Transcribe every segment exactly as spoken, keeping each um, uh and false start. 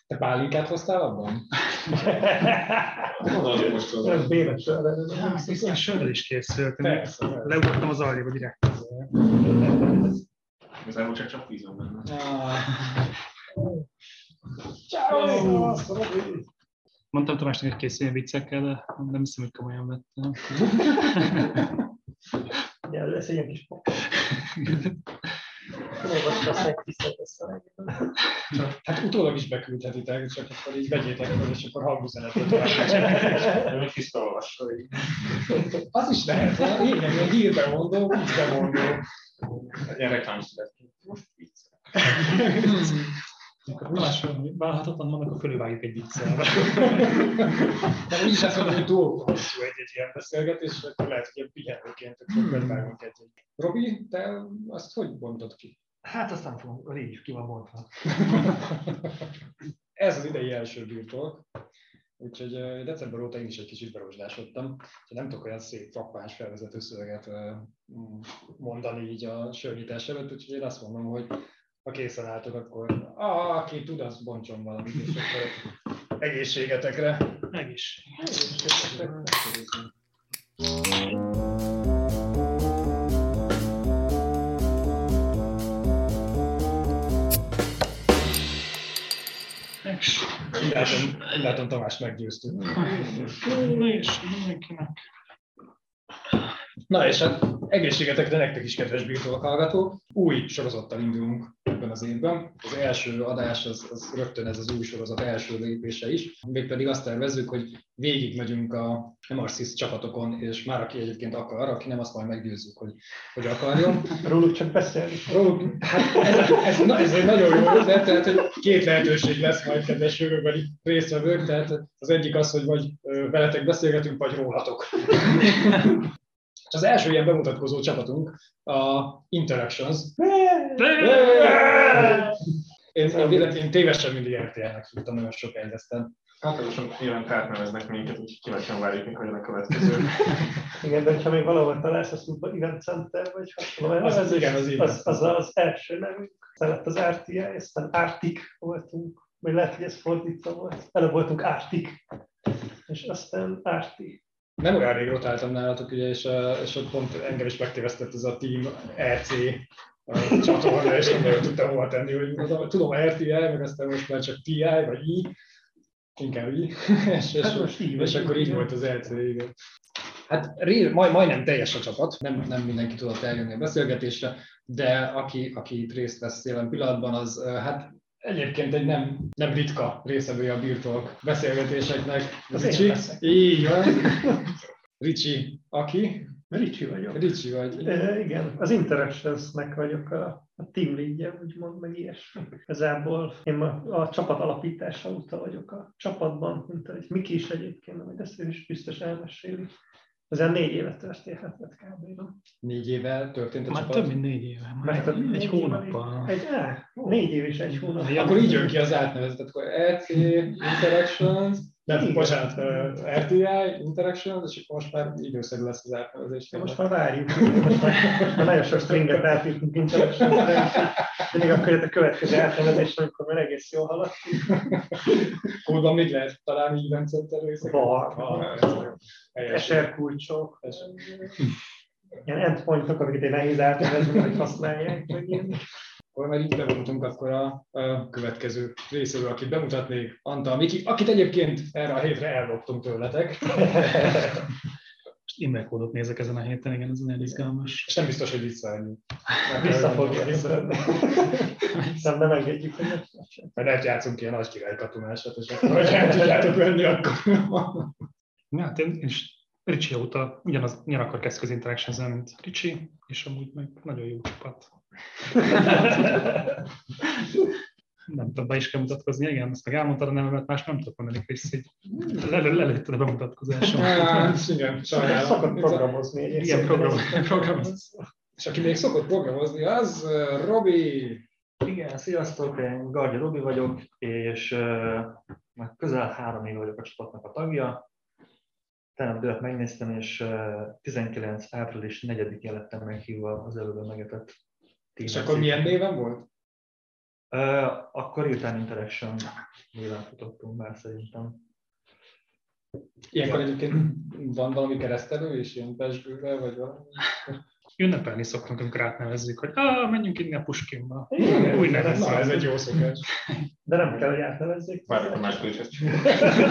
Te pálinkát hoztál abban? Oda most oda. Ez béres sörre. Hiszen sörrel is készült. Persze. Leugrottam az aljéba direkt. Igazából csak csak vízom benne. Ciao! Mondtam Tamásnak, hogy készüljön viccekkel, de nem hiszem, hogy komolyan vettem. Ja, lesz egy ilyen kis pop. Olvasd a szegtisztet össze. Hát utólag is beküldhetitek, csak akkor így vegyétek fel, és akkor hangüzenetet. Még visszaolvassa. Az is lehet, igen, ilyen hírbe mondó, viccbe mondó. Ilyen reklám született. Most vicc. Tamásról válhatatlan vannak, akkor fölülvágjuk egy viccel. De úgyis azt mondom, hogy túl hosszú egy-egy ilyen beszélgetés, és akkor lehet, hogy ilyen pihenőként, akkor bedvágunk egy-egy. Robi, te azt hogy bontod ki? Hát azt nem fogom, így ki van bontva. Ez az idei első birtok, úgyhogy december óta én is egy kicsit berozsdásodtam. Nem tudok olyan szép frappáns felvezető szöveget mondani így a sörnyitás előtt, úgyhogy én azt mondom, hogy ha készen álltok, akkor ah, aki tud, az bontson valamit, és akkor egészségetekre. Egészség. Így látom, így látom Tamást meggyőztük. Na és mindenkinek. Na és hát egészségetekre nektek is, kedves birtokok hallgatók. Új sorozattal indulunk ebben az évben. Az első adás az, az rögtön ez az új sorozat első lépése is. Mégpedig azt tervezzük, hogy végigmegyünk a Emarsis csapatokon, és már aki egyébként akar, aki nem, azt majd meggyőzzük, hogy, hogy akarjon. Róluk csak beszélni. Róluk, hát ez, ez, na, ez egy nagyon jó ötlet, tehát hogy két lehetőség lesz majd, kedves jövőbeli résztvevők, tehát az egyik az, hogy vagy veletek beszélgetünk, vagy rólatok. És az első ilyen bemutatkozó csapatunk a Interactions. Én, én, én tévesen mindig er té el-nek hívtam, nagyon sokáig aztán. Általában nyilván kárt neveznek minket, úgyhogy kíváncsian várjuk, mikor jön a következő. Igen, de ha még valahol találsz, azt mondta Event Center, vagy hasonló, az, az, igen, az, az, az, az első nevünk. Aztán lett az er té i, aztán Arctic voltunk, vagy lehet, hogy ez fordítva volt. Előbb voltunk Arctic, és aztán Arctic. Nem olyan rég rotáltam nálatok, ugye, és, és ott pont engem is megtévesztett ez a Team er cé csatorna, és nem nagyon tudtam hova tenni, hogy tudom er té el, meg aztán most már csak té i, vagy I, inkább I, és, és, hát most így, és akkor így volt az er cé, igen. Hát ré, majd, majdnem teljes a csapat, nem, nem mindenki tudott eljönni a beszélgetésre, de aki, aki itt részt vesz jelen pillanatban, az hát egyébként egy nem, nem ritka részevője a birtok beszélgetéseknek. Az Ricsi, így van. Ricsi, aki? Ricsi vagyok. Ricsi vagy. E, igen, az Interactions-nek vagyok a, a team lead-je, úgymond, meg ilyesmi. Igazából én a, a csapat alapítása óta vagyok a csapatban, mint hogy Miki is egyébként, majd ezt is biztos elmeséli. Azért négy évet történhetett kb. Négy éve történt a már csapat? Már több mint négy éve. Már több, egy négy hónappal. Egy, á, négy év és egy hónap. Akkor így jön ki az átnevezet, akkor er cé, Interactions, nem, bocsánat, er té i, Interactions, és most már időszerű lesz az átnevezés. Most már várjuk. Most már, most már nagyon sok stringet átírtunk Interactions-re, mindig akkor jött a következő átnevezés, amikor már egész jól haladtunk. Kódban még lehet találni event center részeket? Van. es er kulcsok. Ilyen endpointok, amiket egy nehéz átnevezni, hogy használják, meg ilyen. Akkor már így bevonultunk, akkor a, a következő részéről, akit bemutatnék, Antal Miki, akit egyébként erre a hétre elloptunk tőletek. Most e-mail-kódot nézek ezen a héten, igen, ez nagyon izgalmas. És nem biztos, hogy visszaadni. Vissza fogja visszaadni. Nem, nem engedjük, hogy nem. Mert nem játszunk ilyen nagy király katonásat, és akkor, hogy el tudjátok venni, akkor... Ja, hát én is Ricsi óta ugyanaz, ugyanakkor kezd az Interactions-en, mint Ricsi, és amúgy meg nagyon jó csapat. Nem tudom, be is kell mutatkozni, igen, ezt meg elmondtad a nevemet, más nem tudok mondani, Krisz, hogy lelőtted a bemutatkozásom. Hát, igen, sajnálom. Szokott programozni. Igen, programozni. És aki még szokott programozni, az uh, Robi. Igen, sziasztok, én Gargya Robi vagyok, és uh, már közel három év vagyok a csapatnak a tagja. Tegnap dőlt megnéztem, és uh, tizenkilenc április negyedikén lettem meghívva az előbb megetett És akkor milyen néven volt? Akkor real-time interaction nyilván futottunk már szerintem. Ilyenkor egyébként van valami keresztelő és ilyen pesgővel, vagy valami? Ünnepelni szoktunk, amikor átnevezzük, hogy ah, menjünk inni a Puskinba. Igen, Új igen, nevet. Na, ez egy jó szokás. De nem kell, hogy átnevezzék. Várjuk a máskor is ezt csinálni.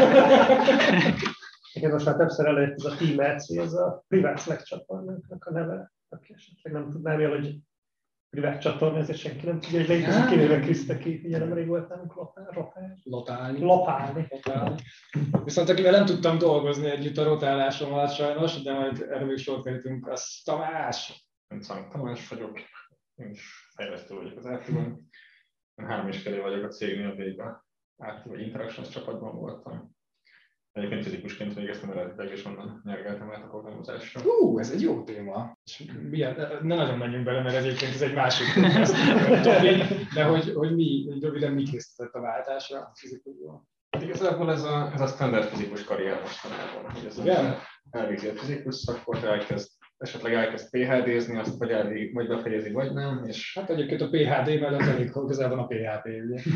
Igen, most már többször előtt ez a Team er cé, ez a privát Slack csatornánknak a neve, aki esetleg nem tudná jól, hogy privát csatorna, ezért senki nem tudja, hogy létezik, kivéve Kriszta ki, ugye nemrég volt nálunk lopálni. Lotálni. Lopálni. Lotálni. Viszont akivel nem tudtam dolgozni együtt a rotálásom alatt sajnos, de majd erre még sor kerítünk, az Tamás. Én Szank Tamás vagyok, én is fejlesztő vagyok az Active-on. Én három és fél év vagyok a cégnél, végig a Active vagy Interactions csapatban voltam. Egyébként fizikusként végeztem eredetileg, és onnan nyergeltem át a programozásra. Hú, ez egy jó téma. És milyen, ne nagyon menjünk bele, mert egyébként ez egy másik de hogy, hogy mi, röviden mi készített a váltásra a fizikusból? Hát igazából ez a, ez a standard fizikus karrier mostanában. Hogy ez Igen? elvégzi a fizikus szakot, elkezd, esetleg elkezd pé há dé-zni, azt vagy, elvég, vagy befejezi, vagy nem, és Hát egyébként a pé há dé mellett elég közel van a pé há pé, ugye?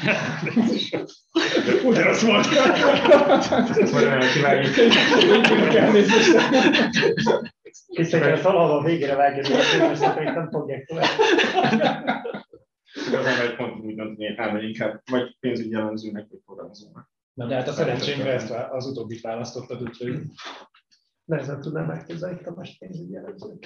Ugyanaz volt. majd olyan kivágjuk. Hiszen ezt valahol a végére vágja, hogy nem fogják tovább. Igazán egy pont úgy dönteni, hogy inkább vagy pénzügyi jellemzőnek, vagy programozónak. Na de hát a szerencsémre ezt az utóbbit választottad, úgyhogy... Nehezen tudnám elképzelni a más pénzügyi jellemzőt.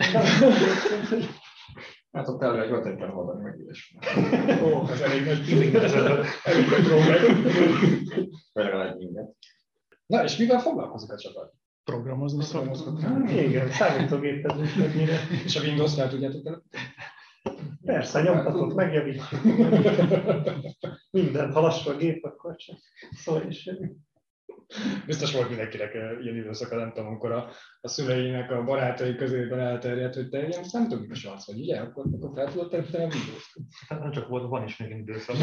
Hát ott elvileg volt egyben oldani meg ilyesmi. Ó, ez elég nagy mindig ezetben. Elég nagy probléma. Vagy legalább minket. Na és mivel foglalkozik a csapat? Programozni szoktunk. Igen, számítógépezés mennyire. És a Windows fel tudjátok el? Persze, nyomtatott, megjavítjuk. Minden, ha lassú a gép, akkor csak szólj is jövünk. Biztos volt mindenkinek ilyen időszaka, nem tudom, amikor a, a szüleinek, a barátai közében elterjedt, hogy te ilyen számítógépes arc vagy, ugye? Akkor, akkor fel tudod telepíteni a Windows-t. Hát nem csak volt, van is még időszak.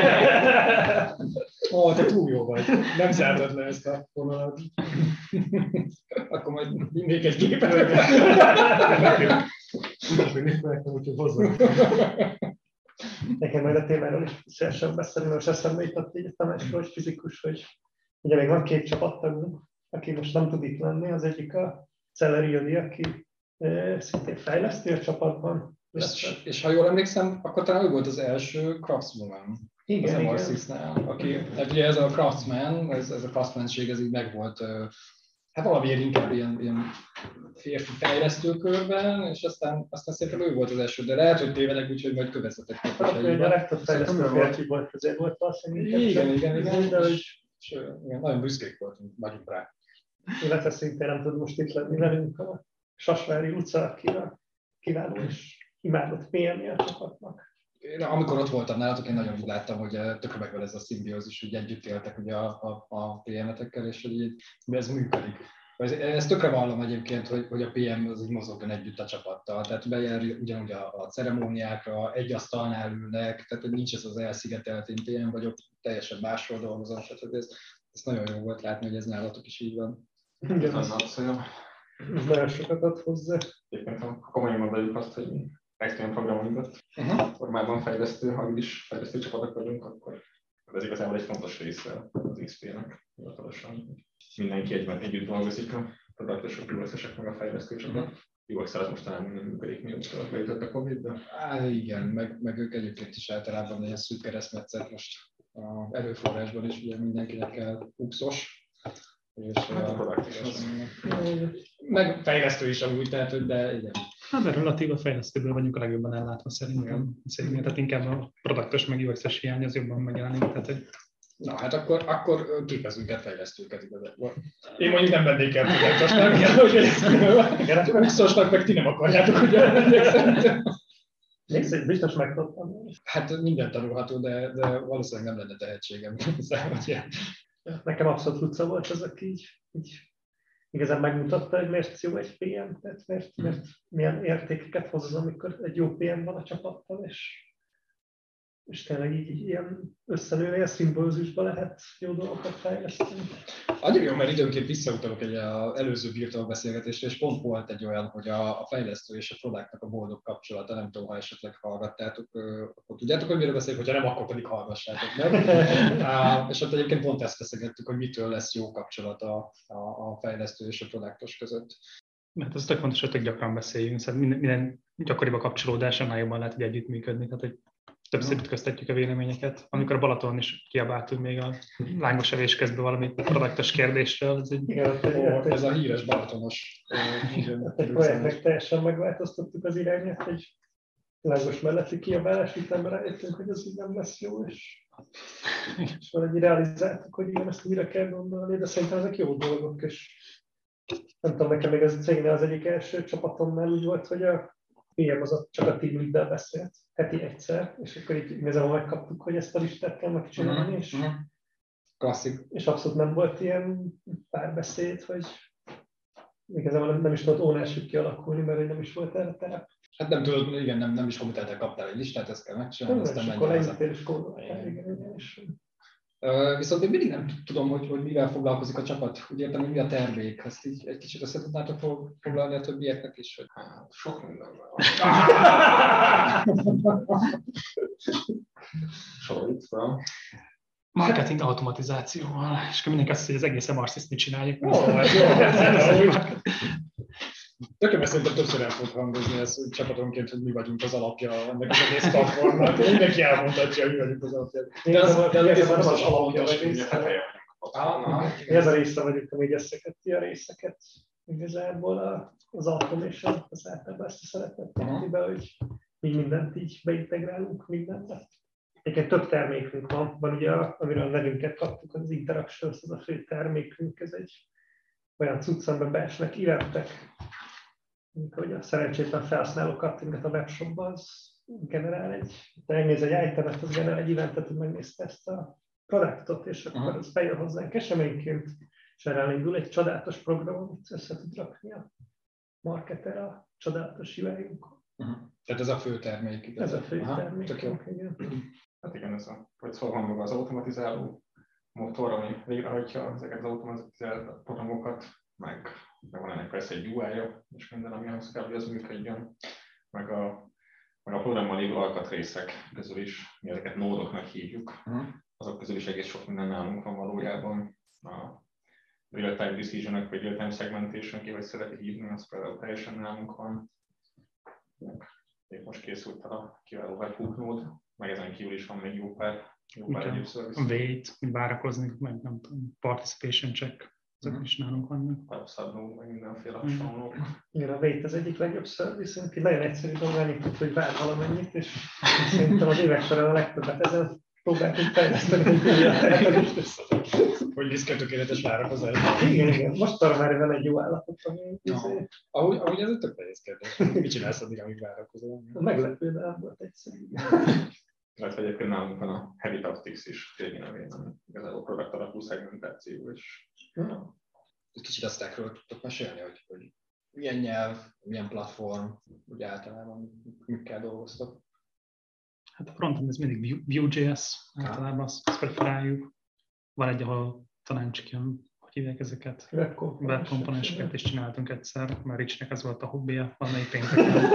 Ó, te túl jó vagy. Nem zártad le ezt a vonalat. Akkor majd még egy gépet. Most még nincs meg, úgyhogy hozzá. Nekem majd a témáról is szívesen beszélni, most eszembe jutott így a Tamásról, hogy fizikus, hogy ugye még van két csapattagunk, aki most nem tud itt lenni, az egyik a Celeri Jodi, aki e, szintén fejlesztő a csapatban. És, és ha jól emlékszem, akkor talán ő volt az első Craftsman Igen, az igen. em er six-nál, aki, hát ugye ez a Craftsman, ez, ez a Craftsmanség, ez így meg volt, hát valamiért inkább ilyen, ilyen férfi fejlesztőkörben, és aztán, aztán szépen ő volt az első, de lehet, hogy tévedek, úgyhogy majd köveztetek. Hát, ugye a legtöbb fejlesztő férfi volt, azért volt valószínűleg. Igen, igen, igen, de hogy és, igen, nagyon büszkék voltunk, vagyunk rá. illetve szintén nem tud most itt lenni velünk a Sasvári utca, aki a kiváló és imádott pé em-je a csapatnak. Én, amikor ott voltam nálatok, én nagyon úgy láttam, hogy tökre megvan ez a szimbiózis, hogy együtt éltek ugye a, a, a pé em-etekkel, és hogy így, ez működik. Ez, ez tökre vallom egyébként, hogy, hogy a pé em az így mozogjon együtt a csapattal. Tehát bejár ugyanúgy a, a ceremóniákra, egy asztalnál ülnek, tehát nincs ez az elszigetelt, én pé em vagyok, teljesen máshol dolgozom, stb. Ez, ez nagyon jó volt látni, hogy ez nálatok is így van. Igen, Ez nagyszerű. ez nagyon sokat ad hozzá. Egyébként ha komolyan gondoljuk azt, hogy extrém programokat Uh-huh. formában fejlesztő, ha is fejlesztő csapatok vagyunk, akkor ez igazából egy fontos része az iksz pé-nek hivatalosan. Mindenki egyben együtt dolgozik, a produktusok, u exesek meg a fejlesztő csapat. u exer az mostanában nem működik, mióta bejutott a Covid, de... Á, igen, meg, meg ők egyébként is általában ilyen szűk keresztmetszet most a erőforrásban is ugye mindenkinek kell uxos. És Hát a product is az. meg fejlesztő is amúgy, tehát hogy de igen. Hát, de relatív a fejlesztőből vagyunk a legjobban ellátva szerintem. Szerintem, tehát inkább a produktos meg u exes hiány az jobban megjelenik. Tehát, hogy... Na hát akkor, akkor képezünk el fejlesztőket igazából. Én mondjuk nem vennék el produktosnak, hogy ez uxosnak meg ti nem akarjátok, hogy szerintem. Nézd, hogy biztos megtudtam. Hát minden tanulható, de, de valószínűleg nem lenne tehetségem. Nekem abszolút utca volt az, aki így, így igazán megmutatta, hogy miért jó egy pé em, tehát miért, miért, milyen értékeket hoz az, amikor egy jó pé em van a csapattal, és, és tényleg így, így ilyen összenőnél, szimbolizmusban lehet jó dolgokat fejleszteni. Annyira jó, mert időnként visszautalok egy a előző virtual beszélgetésre, és pont volt egy olyan, hogy a, a fejlesztő és a produktnak a boldog kapcsolata, nem tudom, ha esetleg hallgattátok, akkor tudjátok, hogy miről beszélünk, hogyha nem, akkor pedig hallgassátok meg. uh, és ott egyébként pont ezt beszélgettük, hogy mitől lesz jó kapcsolat a, a, a fejlesztő és a produktos között. Mert ez tök fontos, hogy tök gyakran beszéljünk, szóval minden, minden gyakoribb a kapcsolódás, annál jobban lehet, hogy együttműködni. Tehát, hogy többször ütköztetjük a véleményeket. Amikor a Balaton is kiabáltunk még a lángos evés közben valami produktos kérdésről. Ez, egy... Igen, oh, ez a híres balatonos. Egy projektnek teljesen megváltoztattuk az irányát, hogy lángos melletti kiabálás után rájöttünk, hogy ez így nem lesz jó, és, és valahogy realizáltuk, hogy igen, ezt újra kell gondolni, de szerintem ezek jó dolgok, és nem tudom, nekem még az a cégnél az egyik első csapatomnál úgy volt, hogy a pé em az csak a team leaddel beszélt, heti egyszer, és akkor így igazából megkaptuk, hogy ezt a listát kell megcsinálni, és, uh-huh. Klasszik. És abszolút nem volt ilyen párbeszéd, hogy igazából nem, nem is tudott ownership kialakulni, mert nem is volt erre terep. Hát nem tudod, igen, nem, nem is kommenteltek, kaptál egy listát, ezt kell megcsinálni, Nem, aztán és akkor menjen leültél és kódoltál, igen, igen. És... Uh, viszont én mindig nem tudom, hogy, hogy mivel foglalkozik a csapat. Úgy értem, hogy mi a tervék. Ezt így egy kicsit össze tudnátok foglalni a többieknek is? Hogy... Hát, sok mindenben. Soroljuk fel. Marketing automatizációval, és akkor mindenki azt hiszi, hogy az egész em er sys-t csináljuk. Oh, Tökéletes szerintem többször el fog hangozni ez, hogy csapatonként, hogy mi vagyunk az alapja ennek az egész platformnak. Mindenki elmondhatja, hogy mi vagyunk az alapja. De az, de az, ez az, az az alapja, fontos, vagy hogy része. a Ez a része vagyunk, amíg összeköti a részeket. Igazából az automation, az általában ezt a szeretet tenni be, hogy mi mindent így beintegrálunk mindenbe. Egyébként több termékünk van, van ugye, amiről a nevünket kaptuk, az Interactions, az a fő termékünk, ez egy olyan cucc, amiben beesnek eventek, mint hogy a szerencsétlen felhasználó kattingat a webshopba, az generál egy, te megnéz egy itemet, az generál egy eventet, hogy megnézte ezt a produktot, és akkor uh-huh. az bejön hozzánk eseményként, és erre indul egy csodálatos program, amit össze tud rakni a marketer a csodálatos u i-unkon. Uh-huh. Tehát ez a fő termék. Igaz? Ez a fő Aha, termék. Igen. Hát igen, ez a, hogy szól van maga az automatizáló motor, ami végrehajtja ezeket az automatizált programokat, meg, meg van ennek persze egy u i-ja, és minden, ami ahhoz kell, hogy az működjön, meg a, meg a programban lévő alkatrészek közül is, mi ezeket nódoknak hívjuk, uh-huh. azok közül is egész sok minden nálunk van valójában. A real-time decision-ök, vagy real-time segmentation-ök, vagy szereti hívni, az például teljesen nálunk van. Még most készült el a kiváló webhook nód, meg ezen kívül is van még jó pár, jó pár egyéb szerviz. Wait, várakozni, meg nem tudom, participation check, azok mm. is nálunk vannak. Websub nód, meg mindenféle hasonlók. Igen, a Wait az egyik legjobb szervizünk, nagyon egyszerű dolgálni, hogy vár valamennyit, és szerintem az évek során a legtöbbet ezen próbáltunk fejleszteni, hogy hogy viszkel tökéletes várakozás. Igen, igen. Most arra már van egy jó állapot, ami... No. Ahogy, ahogy ez egy tök nehéz kérdés. Mit csinálsz addig, amíg várakozol? Meglepő, de nem volt egyszerű. Illetve egyébként nálunk van a Heavy Tactics is, régi nevén, ami igazából product alapú szegmentáció is. Ja. Kicsit a stackről tudtok mesélni, hogy, hogy milyen nyelv, milyen platform, úgy általában mikkel dolgoztok? Hát a frontend ez mindig Vue.js, általában azt, azt preferáljuk. Van egy, ahol talán csak ilyen, hogy hívják ezeket, webkomponenseket is csináltunk egyszer, mert Ricsnek ez volt a hobbija, valamelyik pénteken.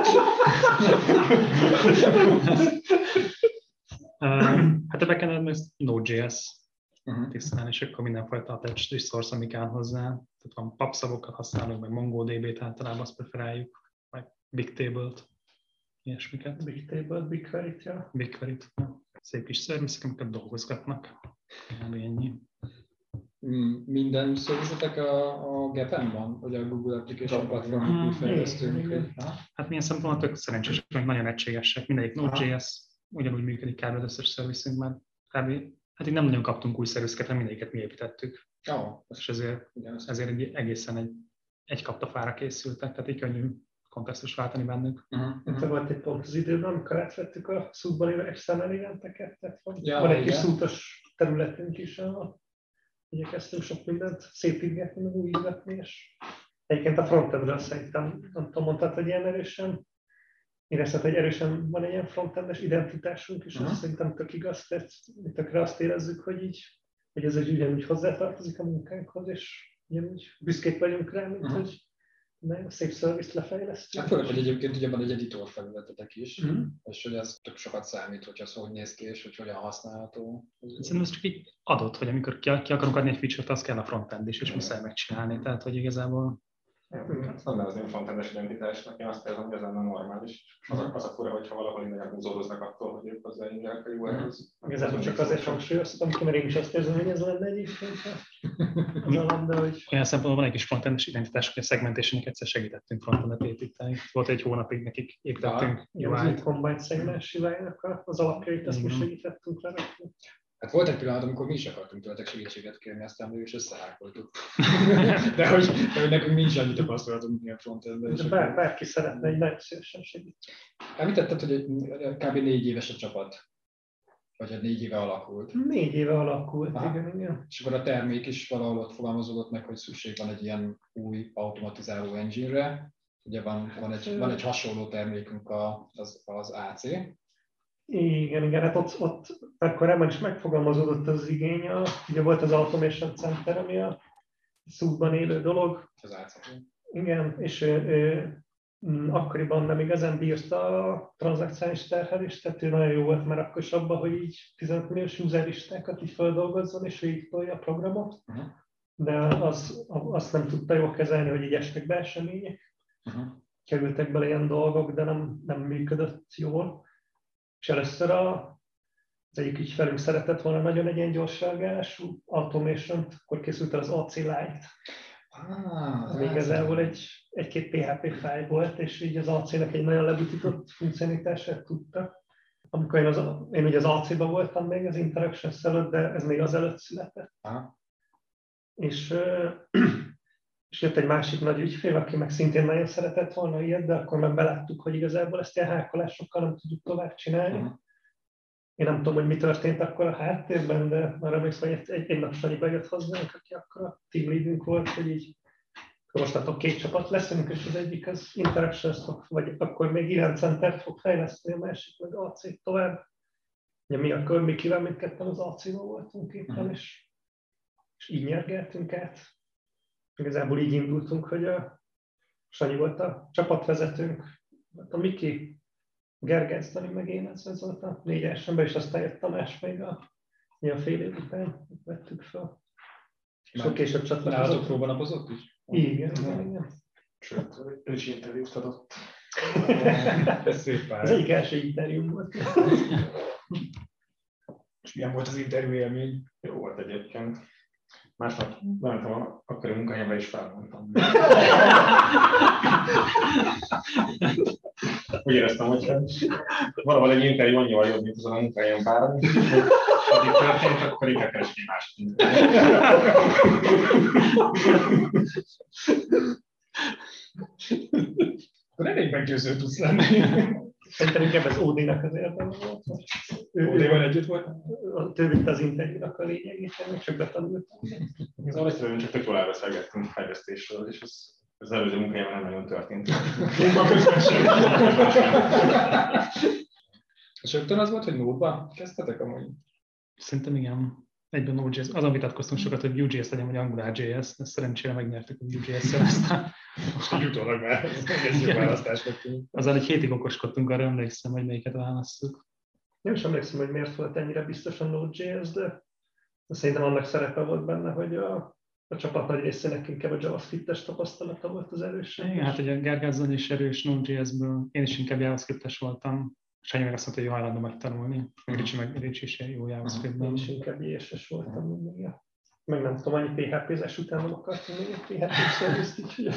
Hát a backend ez Node.js uh-huh. tisztán, és akkor mindenfajta attached resource, amik áll hozzá. Tehát van papszavokat használunk, meg MongoDB-t általában azt preferáljuk, meg Bigtable-t, ilyesmiket. Bigtable-t, BigQuery-t, ja. BigQuery-t, ja. Szép kis szervizek, amiket dolgozgatnak. Ennyi. Minden szervizetek a, a gepen van, vagy a Google Application Platform fejlesztőnk? Hát milyen szempontból tök szerencsések, hogy nagyon egységesek. Mindegyik Node.js ugyanúgy működik kb. Az összes szervizünk, mert kb. Hát így nem nagyon kaptunk új szervizeket, hanem mindegyiket mi építettük. Oh, és ezért, ezért egy, egészen egy, egy kaptafára készültek, tehát így könnyű kontextust váltani bennük. Uh-huh. Uh-huh. Volt egy pont az időben, amikor átvettük a szútban lévő external eventeket, tehát van, ja, van egy kis szútos területünk is, ahol igyekeztünk sok mindent szépítgetni, meg újítani, és egyébként a frontendről szerintem, nem tudom, mondtad, hogy ilyen erősen, érezted, hogy erősen van egy ilyen frontendes identitásunk, és uh-huh. azt szerintem tök igaz, tehát mi tökre azt érezzük, hogy így hogy ez egy ugyanúgy hozzátartozik a munkánkhoz, és ugyanúgy büszkék vagyunk rá, mint uh-huh. hogy nagyon szép szervizt lefejlesztünk. Hát főleg, hogy egyébként ugye van egy editor felületetek is, uh-huh. és hogy ez tök sokat számít, hogy az hogy néz ki, és hogy hogyan használható. Szerintem ez csak így adott, hogy amikor ki, ki akarunk adni egy feature-t, az kell a frontend is, és muszáj megcsinálni, tehát hogy igazából... Ezt nem nevezném frontendes identitásnak, én azt érzem, hogy ez lenne normális. Az, az a fura, hogyha valahol innen húzódoznak attól, hogy ők hozzáingják a u er-hez. Igazából csak azért hangsúlyoztam, mert én is azt érzem, hogy ez lenne egyébként az alap, de hogy... Olyan szempontból van egy kis frontendes identitás, hogy a segmentation-nek egyszer segítettünk frontendet építeni. Volt egy hónapig nekik építettünk U I-t. Az Combined Segment u i-nak az alapjait, ezt most segítettünk lerakni. Hát volt egy pillanat, amikor mi is akartunk tőletek segítséget kérni, aztán mi is összehákoltuk. De hogy, de hogy nekünk nincs annyi tapasztalatunk ilyen frontendben. De bár, bárki szeretne, egy nagyon szívesen segít. Említetted, hogy kb. négy éves a csapat. Vagy egy négy éve alakult. Négy éve alakult, ah. igen, igen. És akkor a termék is valahol ott fogalmazódott meg, hogy szükség van egy ilyen új automatizáló engine-re. Ugye van, van, egy, van egy hasonló termékünk az, az á cé. Igen, igen, hát ott, ott korábban is megfogalmazódott az igény, ugye volt az Automation Center, ami a szóban élő dolog. Az á cé. Igen, és ő, ő, akkoriban nem igazán bírta a tranzakciális terhelést, tehát ő nagyon jó volt már akkor is abban, hogy így tizenöt milliós userlistákat így feldolgozzon, és végig tolja a programot, uh-huh. de az, azt nem tudta jól kezelni, hogy így estek be események. Uh-huh. Kerültek bele ilyen dolgok, de nem, nem működött jól. És először a, az egyik ügyfelünk szeretett volna nagyon egy ilyen gyors reagálású automation-t, akkor készült el az á cé Lite. Ah, ami igazából egy, egy-két pé há pé fájl volt, és így az á cé-nek egy nagyon lebutított funkcionalitását tudta. Amikor én, az, én ugye az á cé-ban voltam még az Interactions előtt, de ez még azelőtt született. Ah. És, és jött egy másik nagy ügyfél, aki meg szintén nagyon szeretett volna ilyet, de akkor meg beláttuk, hogy igazából ezt ilyen hákolásokkal nem tudjuk tovább csinálni. Uh-huh. Én nem tudom, hogy mi történt akkor a háttérben, de már emlékszem, hogy egy, egy nap Sanyi bejött hozzánk, aki akkor a team leadünk volt, hogy így mostantól két csapat leszünk, és az egyik az Interactions fog, vagy akkor még Event Center fog fejleszteni, a másik meg á cé tovább. Ugye mi akkor Mikivel mindketten az á cé-val voltunk éppen, uh-huh. és, és így nyergeltünk át. Igazából így indultunk, hogy a Sanyi volt a csapatvezetőnk, a Miki, Gergely, Dani meg én, ez, ez volt a négyesemben, és aztán jött Tamás még a, a fél év után vettük fel. És akkor később csatlakozott. Nálatok próbanapozott is? Igen, igen, igen. Sőt, ő is interjút adott. Ez szép pár. Az egyik első interjúm volt. És milyen volt az interjú élmény? Jó volt egyébként. Másnap, nem tudom, akkori munkahelyemre is felmondtam. Úgy éreztem, hogy valahol egy interjú annyival jobb, mint azon a munkahelyem bármi, hogy addig történt, akkor inkább keresni mást. Akkor elég meggyőző tudsz lenni. Szerintem inkább ez ó dé-nak az érdeme volt. ó dé-val együtt volt? Ő vitte az interjúnak a lényegét, még csak betanultam. Igazából egyszerűen csak tök jól elbeszélgettünk fejlesztésről, és az, az előző munkahelyemben nem nagyon történt. És rögtön az volt, hogy Node-ba kezdtetek amúgy? Szerintem igen. Egyben Node.js. Azon vitatkoztunk sokat, hogy Vue.js legyen, vagy AngularJS, de szerencsére megnyertük a Vue.js-szel aztán. Jutólag már egész jó választás vettünk. Azzal egy hétig okoskodtunk, arra emlékszem, hogy melyiket választjuk. Nem is emlékszem, hogy miért volt ennyire biztos a Node.js, de szerintem annak szerepe volt benne, hogy a, a csapat nagy részének inkább a JavaScript-es tapasztalata volt az erős. Igen, hát ugye Gergázzon is erős Node.js-ből, én is inkább JavaScript-es voltam. Sanyi meg azt mondta, hogy hajlandó megtanulni. Ricsi meg Ricsi is jó JavaScript-ben. Én is inkább jé es es voltam mindig. Ja. Meg nem tudom, annyi pé há pé-zás után nem akartam még egy pé há pé-szervizt, így.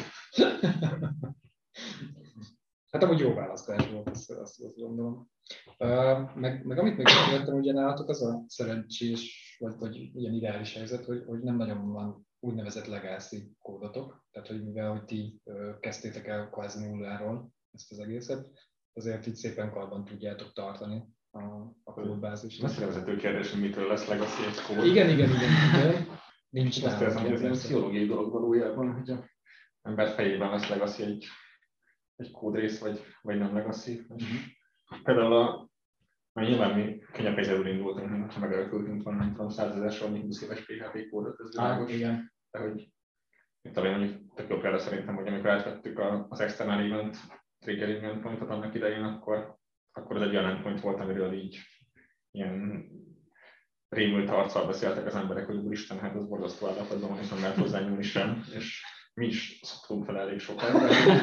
Hát amúgy jó választás volt, azt, azt, azt gondolom. Uh, meg, meg amit még értem, ugye nálatok az a szerencsés, vagy, vagy ilyen ideális helyzet, hogy, hogy nem nagyon van úgynevezett legacy kódotok, tehát hogy mivel hogy ti uh, kezdtétek el kvázi nulláról ezt az egészet, azért így szépen karban tudjátok tartani a, a kódbázist. Ezt a vezető kérdés, hogy mitől lesz legacy egy kód. Igen, igen, igen. igen. Nincs azt érzem, hogy ez egy pszichológiai dolog valójában, hogy az ember fejében lesz legacy egy, egy kódrész, vagy, vagy nem legacy. Mm-hmm. Például a Mert nyilván mi könnyebb helyzetből indultunk, mint ha megörökültünk van, nem tudom, százezer sornyi húsz éves pé há pé kódot, ez világos. Igen. De hogy itt talán mondjuk tök jó példa szerintem, hogy amikor átvettük az external event, trigger event pointot annak idején, akkor, akkor ez egy olyan endpoint volt, amiről így ilyen rémült arccal beszéltek az emberek, hogy úristen, hát az borzasztó állapotban, és nem lehet hozzányúlni sem, és mi is szoktunk fel elég sokat.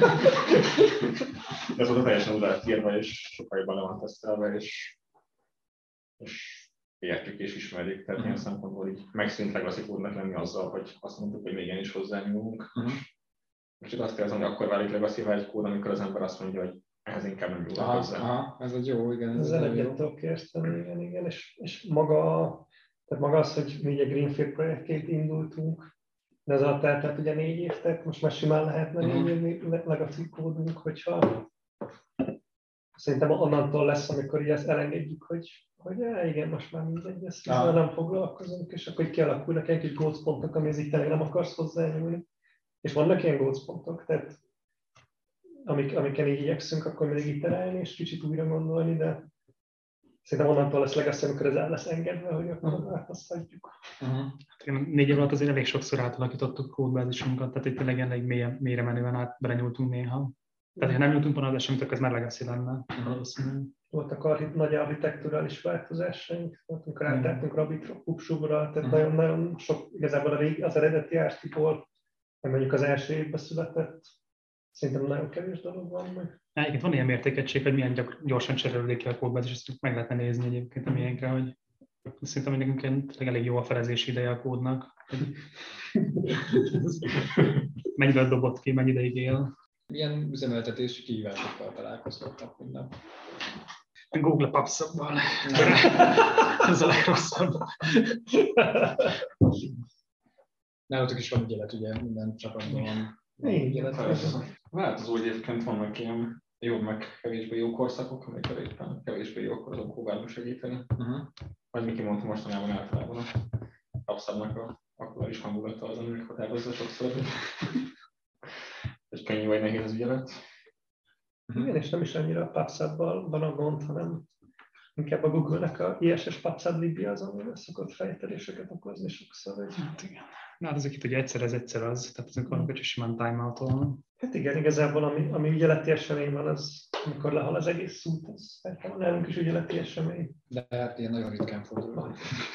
De ez volt teljesen oda írva, és sokkal jobban le van tesztelve, és, és értjük és ismerjük, tehát ilyen szempontból így megszűnt legacy kódnak lenni azzal, hogy azt mondtuk, hogy még ilyen is hozzányúlunk. Uh-huh. És csak azt érzem, hogy akkor válik legacy-vá egy kód, amikor az ember azt mondja, hogy ehhez inkább nem nyúlok hozzá. Aha, ez egy jó, igen. Ez egyet tudok érteni, igen, igen. És, és maga, tehát maga az, hogy mi egy Greenfield projektként indultunk, de ez alatt eltelt ugye négy évtek, most már simán lehetne uh-huh. négy legacy kódunk, hogyha szerintem onnantól lesz, amikor így ezt elengedjük, hogy, hogy á, igen, most már mindegy, ezt ah. nem foglalkozunk, és akkor kialakulnak egy kis gócpontok, amihez így tényleg nem akarsz hozzányúlni. És vannak ilyen gócpontok, tehát amik, amiken így igyekszünk, akkor mindig iterálni és kicsit újra gondolni, de szerintem onnantól lesz legacy, amikor ez el lesz engedve, hogy akkor uh-huh. hát azt hagyjuk. Uh-huh. Négy év alatt azért elég sokszor átalakítottuk kódbázisunkat, tehát itt tényleg elég mélyre, mélyre menően át belenyúltunk néha. Tehát ha nem jutunk volna az eseményt, akkor ez már legacy lenne. Uh-huh. Voltak archit, nagy architekturális változásaink, amikor uh-huh. átálltunk Rabbitról, Kubesubra, tehát nagyon-nagyon uh-huh. sok, igazából a régi, az eredeti ártiból, mondjuk az első évben született, szerintem nagyon kevés dolog van meg. Egyébként van ilyen mértékegység, hogy milyen gyak, gyorsan cserélődik ki a kódbázis, és ezt meg lehetne nézni egyébként a miénkre, hogy szerintem, hogy nekünk elég jó a felezési ideje a kódnak. Mennyire dobott ki, mennyi ideig él. Milyen üzemeltetési kihívásokkal találkoztatnak minden? Google Pubsub-val. Ez a legrosszabb. Nálatok is van ügyelet, ugye, minden csapatban van. Igen, változó egyébként vannak ilyen jobb meg kevésbé jó korszakok, amikor éppen kevésbé jók azon próbálunk segíteni. Uh-huh. Vagy Miki mondta mostanában általában a Pubsubnak a aktuális hangulata az, ami meghatározza sokszor. Egy könnyű vagy nehéz az ügyelet. Igen, és nem is annyira a Pubsub-ban van a gond, hanem inkább a Google-nek a i es es Pubsub libje az, amivel szokott fejteléseket okozni sokszor. Hát igen. Na, ezek itt ugye egyszer ez, egyszer az, tehát ezek vannak, hogy simán timeout-olnak. Hát igen, igazából ami, ami ügyeleti esemény van, az amikor lehal az egész szút, az szerintem nálunk is ügyeleti esemény. De hát ilyen nagyon ritkán fordul.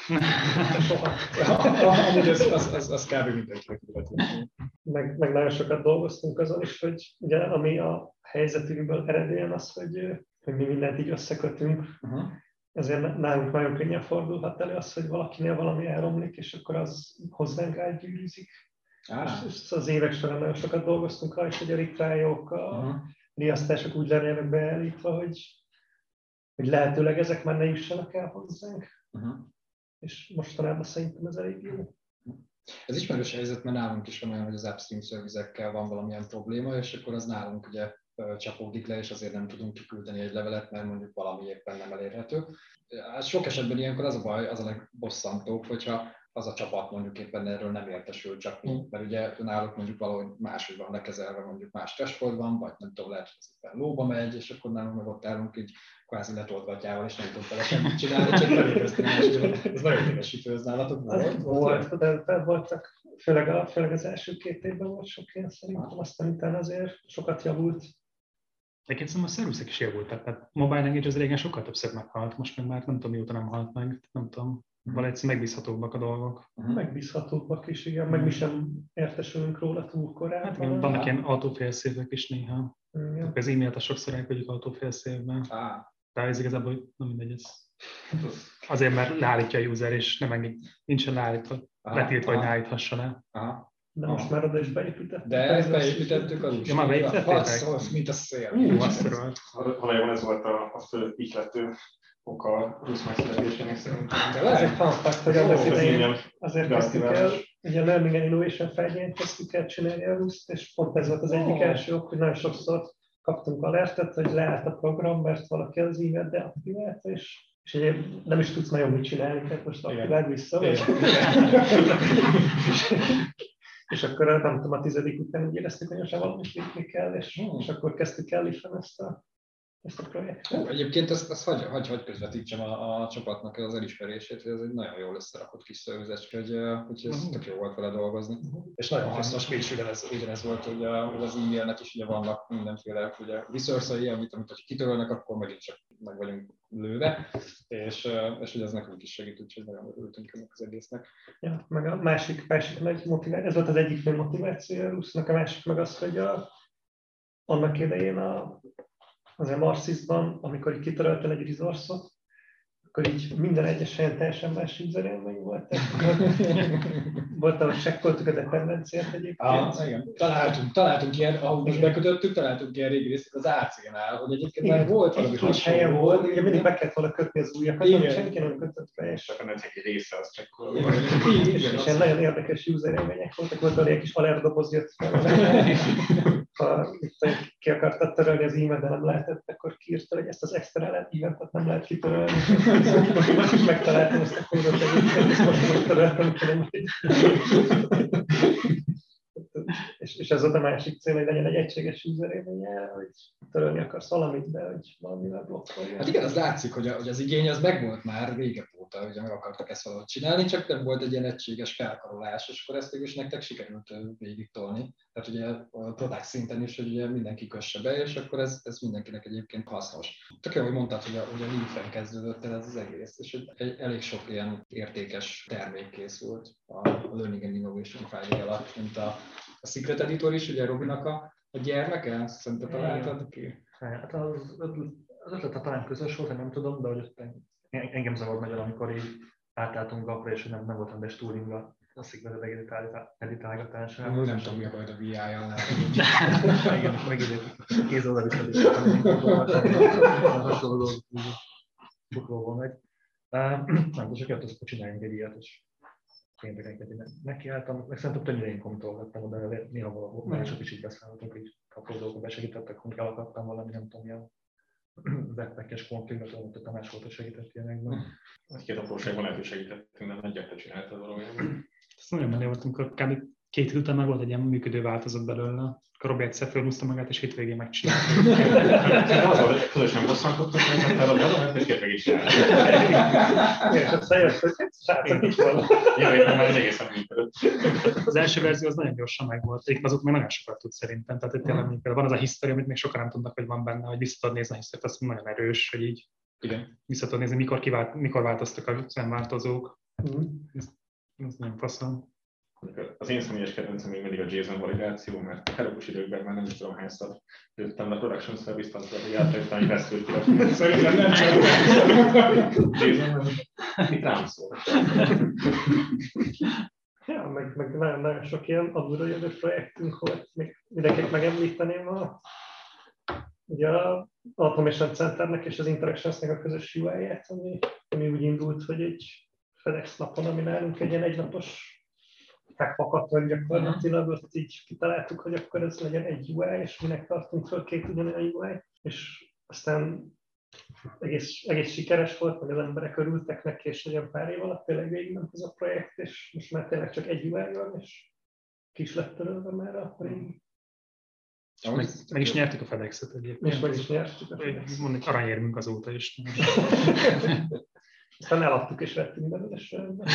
Soha. Amúgy az, az, az, az kb. Mindenkinek ügyeleti. Meg, meg nagyon sokat dolgoztunk azon is, hogy ugye ami a helyzetünkből eredően az, hogy, hogy mi mindent így összekötünk. Uh-huh. Ezért nálunk nagyon könnyen fordulhat elő az, hogy valakinél valami elromlik, és akkor az hozzánk átgyűrűzik. Ah. És, és az évek során nagyon sokat dolgoztunk rá, és hogy a retryok, a uh-huh. riasztások úgy lennének beállítva, hogy, hogy lehetőleg ezek már ne jussanak el hozzánk. Uh-huh. És mostanában szerintem ez elég jó. Ez ismerős helyzet, mert nálunk is van olyan, hogy az upstream szervizekkel van valamilyen probléma, és akkor az nálunk ugye csapódik le, és azért nem tudunk kiküldeni egy levelet, mert mondjuk valami éppen nem elérhető. Hát sok esetben ilyenkor az a baj, az a legbosszantóbb, hogyha az a csapat mondjuk éppen erről nem értesül, csak mi, mert ugye náluk mondjuk valahogy máshogy van lekezelve, mondjuk más dashboard van, vagy nem tudom, lehet, hogy ez éppen lóba megy, és akkor nálunk meg ott állunk így kvázi letoltgatjával, és nem tudunk vele semmit csinálni, csak elérkeztünk. Ez nagyon idegesítő, ez nálatok volt? Volt, de voltak, főleg, a, főleg az első két évben volt sok ilyen szerintem, aztán utána azért sokat javult. Egyébként szerintem a szervizek is javultak, tehát Mobile Language az régen sokkal többször meghalt, most meg már nem tudom mióta nem halt meg, nem tudom, valahogy megbízhatóbbak a dolgok. Megbízhatóbbak is, igen, meg mi sem értesülünk róla túl korán. Hát igen, vannak ilyen autófélszévek is néha. Igen. Az e-mailt sokszor elküldjük autófélszívben. De ez igazából, hogy nem mindegy, ez azért, mert leállítja a user, és nem enged, nincsen leállítva, letiltva, hogy ne állíthassa le. Aha. De most már oda is beépítettük. De ezt beépítettük az is. Ja, már beépítettétek? Mint a szél. Ú, azt tudom. Valójában ez volt a, a fő ihlető oka a Rusz megszületésének szerintem. Ez egy fun fact, hogy annak idején azért kezdtük el, ugye a Learning and Innovation felgyényt kezdtük el csinálni a Ruszt, és pont ez volt az egyik első ok, hogy nagyon sokszor kaptunk alertet, hogy leállt a program, mert valaki az e-mailt deaktiválta, és és egyébként nem is tudsz nagyon mit csinálni, tehát most aktiváld vissza, vagy? És akkor nem tudom, a tizedik után úgy éreztük, hogy most valamit lépni kell, és, és akkor kezdtük el lifen ezt a ezt a projektet. Egyébként ezt, ezt hagy, hagy, hagy közvetítsem a, a csapatnak az elismerését, hogy ez egy nagyon jól összerakott kis szervezet, hogy, hogy ez tök jó volt vele dolgozni. Uh-huh. És nagyon hasznos, és ugyanez, ugyanez volt, hogy, a, hogy az e-mailnek is ugye vannak mindenféle ugye resource-ai, amit, amit hogy kitörölnek, akkor megint csak meg vagyunk lőve, és, és ugye ez nekünk is segít, úgyhogy nagyon örültünk ennek az egésznek. Ja, meg a másik, másik nagy motiváció, ez volt az egyik nagy motiváció a rusznak, a másik meg az, hogy a, annak idején a az Marsisban, amikor így kitöröltél egy resource-ot, akkor így minden egyes helyen teljesen más user-élmény volt. Volt, ahogy csekkoltuk a dependenciát egyébként. Ah, igen. Találtunk, találtunk ilyen, ahogy most bekötöttük, találtunk ilyen régi részt az á cé-nál, hogy egyébként már volt valami hasonló. Helyen volt, ugye mindig be kellett volna kötni az újakat, amit senki nem kötött be. És csak a egy része az csekkolva. És ilyen nagyon érdekes user-élmények voltak, volt olyan kis alert-doboz jött fel. Ha ki akartad törölni az e-mailt, de nem lehetett, akkor kiírtál, hogy ezt az extra eventet nem lehet kitörölni. Most is megtaláltam ezt a kódot egyébként, és most most töröltem ki. És, és ez volt a másik cél, hogy legyen egy egységes user élménye, hogy törölni akarsz valamit, de hogy valamivel blokkolja. Hát igen, az látszik, hogy, a, hogy az igény az megvolt már régebb óta, hogy meg akartak ezt valahogy csinálni, csak nem volt egy ilyen egységes felkarolás, és akkor ezt végül nektek sikerült végig tolni. Tehát ugye a product szinten is, hogy ugye mindenki kösse be, és akkor ez, ez mindenkinek egyébként hasznos. Tök jó, hogy mondtad, hogy a, hogy a Leaf-en kezdődött el ez az egész, és egy, elég sok ilyen értékes termék készült a Learning and Innovation Friday alatt, mint a, a Secret Editor is, ugye Robinak a, a gyermeke, szerintem találtad ki? Hát az, az ötlete talán közös volt, nem tudom, de hogy engem zavart nagyon, amikor így átálltunk gapra, és nem, nem volt rendes tooling a Secret editálgatásában. Nem tudom, mi a baj a vé i-jal. Igen, megidézett kéz oldal is editálgatásában. Hasonló dolgokról megy. Nem, de csak jött azt, hogy csináljunk egy ilyet, és tényleg nekiálltam, meg szerintem többnyire én kontolgattam, de néha valahol mások is így beszállottak, így apró dolgok besegítettek, hogy elakadtam valami, nem tudom, ilyen webpack-es konfligot, amit a Tamás volt, hogy segített ilyenekben. Egy-két apróságban lehet, hogy segítettünk, de nagyjából te csináltad valójában. Ez nagyon menő volt, amikor kb. Két hét után már volt egy ilyen működő változat belőle. Akkor Robi egyszer fölhúzta magát, és hétvégén megcsinálta. Az volt, hogy közösen bosszankodtak, hogy feladom, és két meg is csinálta. És aztán jött, hogy srácok, itt van. Jaj, én már egészen működött. Az első verzió az nagyon gyorsan megvolt, egyébként azok még nagyon sokat tud szerintem. Tehát itt tényleg van az a history, amit még sokan nem tudnak, hogy van benne, hogy vissza tudod nézni a historyt, az nagyon erős, hogy így igen. Vissza tudod nézni, mikor, kivált, mikor változtak a szemváltozók. Ez, ez nagyon faszom. Az én személyes kedvencem még mindig a JSON validáció, mert a helopos időkben már nem is tudom hányszor jöttem le production service-tantól, hogy átjöttem, hogy vesztőt kirakni. Szerintem nem csak JSON, itt rám szól. Ja, meg, meg nagyon, nagyon sok ilyen alulról jövő projektünk volt. Még mindenkinek megemlíteném a, ugye a Automation Centernek és az Interactionsnek a közös u i-ját, ami, ami úgy indult, hogy egy FedEx napon, ami nálunk egy ilyen egynapos megfakadt, hogy gyakorlatilag ott így kitaláltuk, hogy akkor ez legyen egy u i, és minek tartunk föl két ugyanolyan u i, és aztán egész, egész sikeres volt, hogy az emberek örültek neki, és olyan pár év alatt tényleg végigment ez a projekt, és most már tényleg csak egy u i van, és ki is lett törölve már a régi. Meg, meg is nyertük a FedEx-et egyébként. És meg is nyertük a FedEx-et. Mondom, hogy aranyérmünk azóta is. Aztán eladtuk és vettünk belőle sörbe.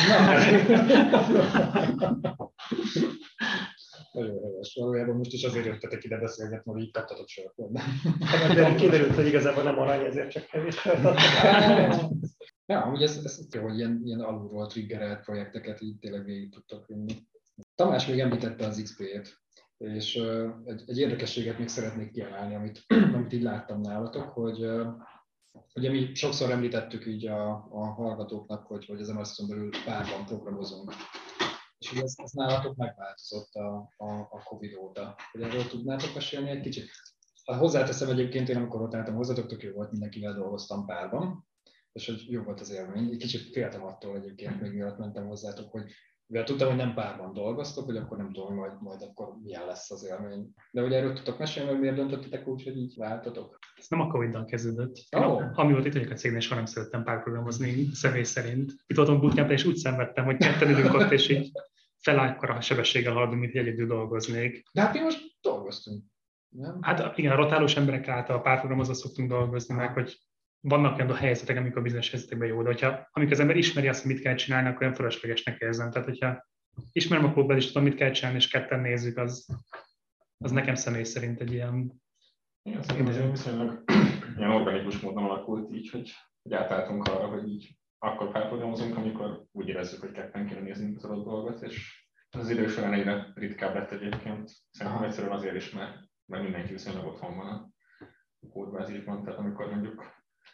Nagyon helyes. Valójában most is azért jöttetek ide beszélgetni, hogy így kaptatok sört. De kiderült, hogy igazából nem arany, ezért csak kevés sört adtak. Ja, amúgy ez, ez jó, hogy ilyen, ilyen alulról triggerelt projekteket így tényleg végig tudtak vinni. Tamás még említette az iksz pé-t, és uh, egy, egy érdekességet még szeretnék kiemelni, amit, amit így láttam nálatok, hogy uh, ugye mi sokszor említettük így a, a hallgatóknak, hogy, hogy az em es-en belül párban programozunk. És ugye ez, ez nálatok megváltozott a, a, a Covid óta. Hogy erről tudnátok mesélni egy kicsit? Hát hozzáteszem egyébként, én amikor ott álltam hozzátok, tök jó volt, mindenkivel dolgoztam párban, és hogy jó volt az élmény. Egy kicsit féltem attól egyébként, még miatt mentem hozzátok, hogy mivel tudtam, hogy nem párban dolgoztok, hogy akkor nem tudom, hogy majd, majd akkor milyen lesz az élmény. De hogy erről tudtok mesélni, hogy miért döntöttetek úgy, hogy így váltatok? Ez nem a Covid-dal kezdődött. Oh. Ami volt itt, hogy a cégnél soha nem szerettem párprogramozni személy szerint. Itt voltam bootcampre, és úgy szenvedtem, hogy ketten ülünk ott, és így felállkora sebességgel haladunk, mint egyedül dolgoznék. De hát mi most dolgoztunk. Nem? Hát igen, a rotálós emberek által a párprogramozva szoktunk dolgozni, meg hogy vannak olyan helyzetek, amikor bizonyos helyzetekben jó, de hogyha, amikor az ember ismeri azt, hogy mit kell csinálni, akkor olyan fölöslegesnek érzem. Tehát, hogyha ismerem a kódban, és tudom, mit kell csinálni, és ketten nézzük, az, az nekem személy szerint egy ilyen... Igen, szerintem azért viszonylag ilyen organikus módon alakult így, hogy, hogy átálltunk arra, hogy így akkor párprogramozunk, amikor úgy érezzük, hogy ketten kéne nézni az adott dolgot, és az idő során egyre ritkább lett egyébként. Szerintem egyszerűen azért is, mert, mert mindenki viszonylag otthon van a kódbázisban, tehát amikor mondjuk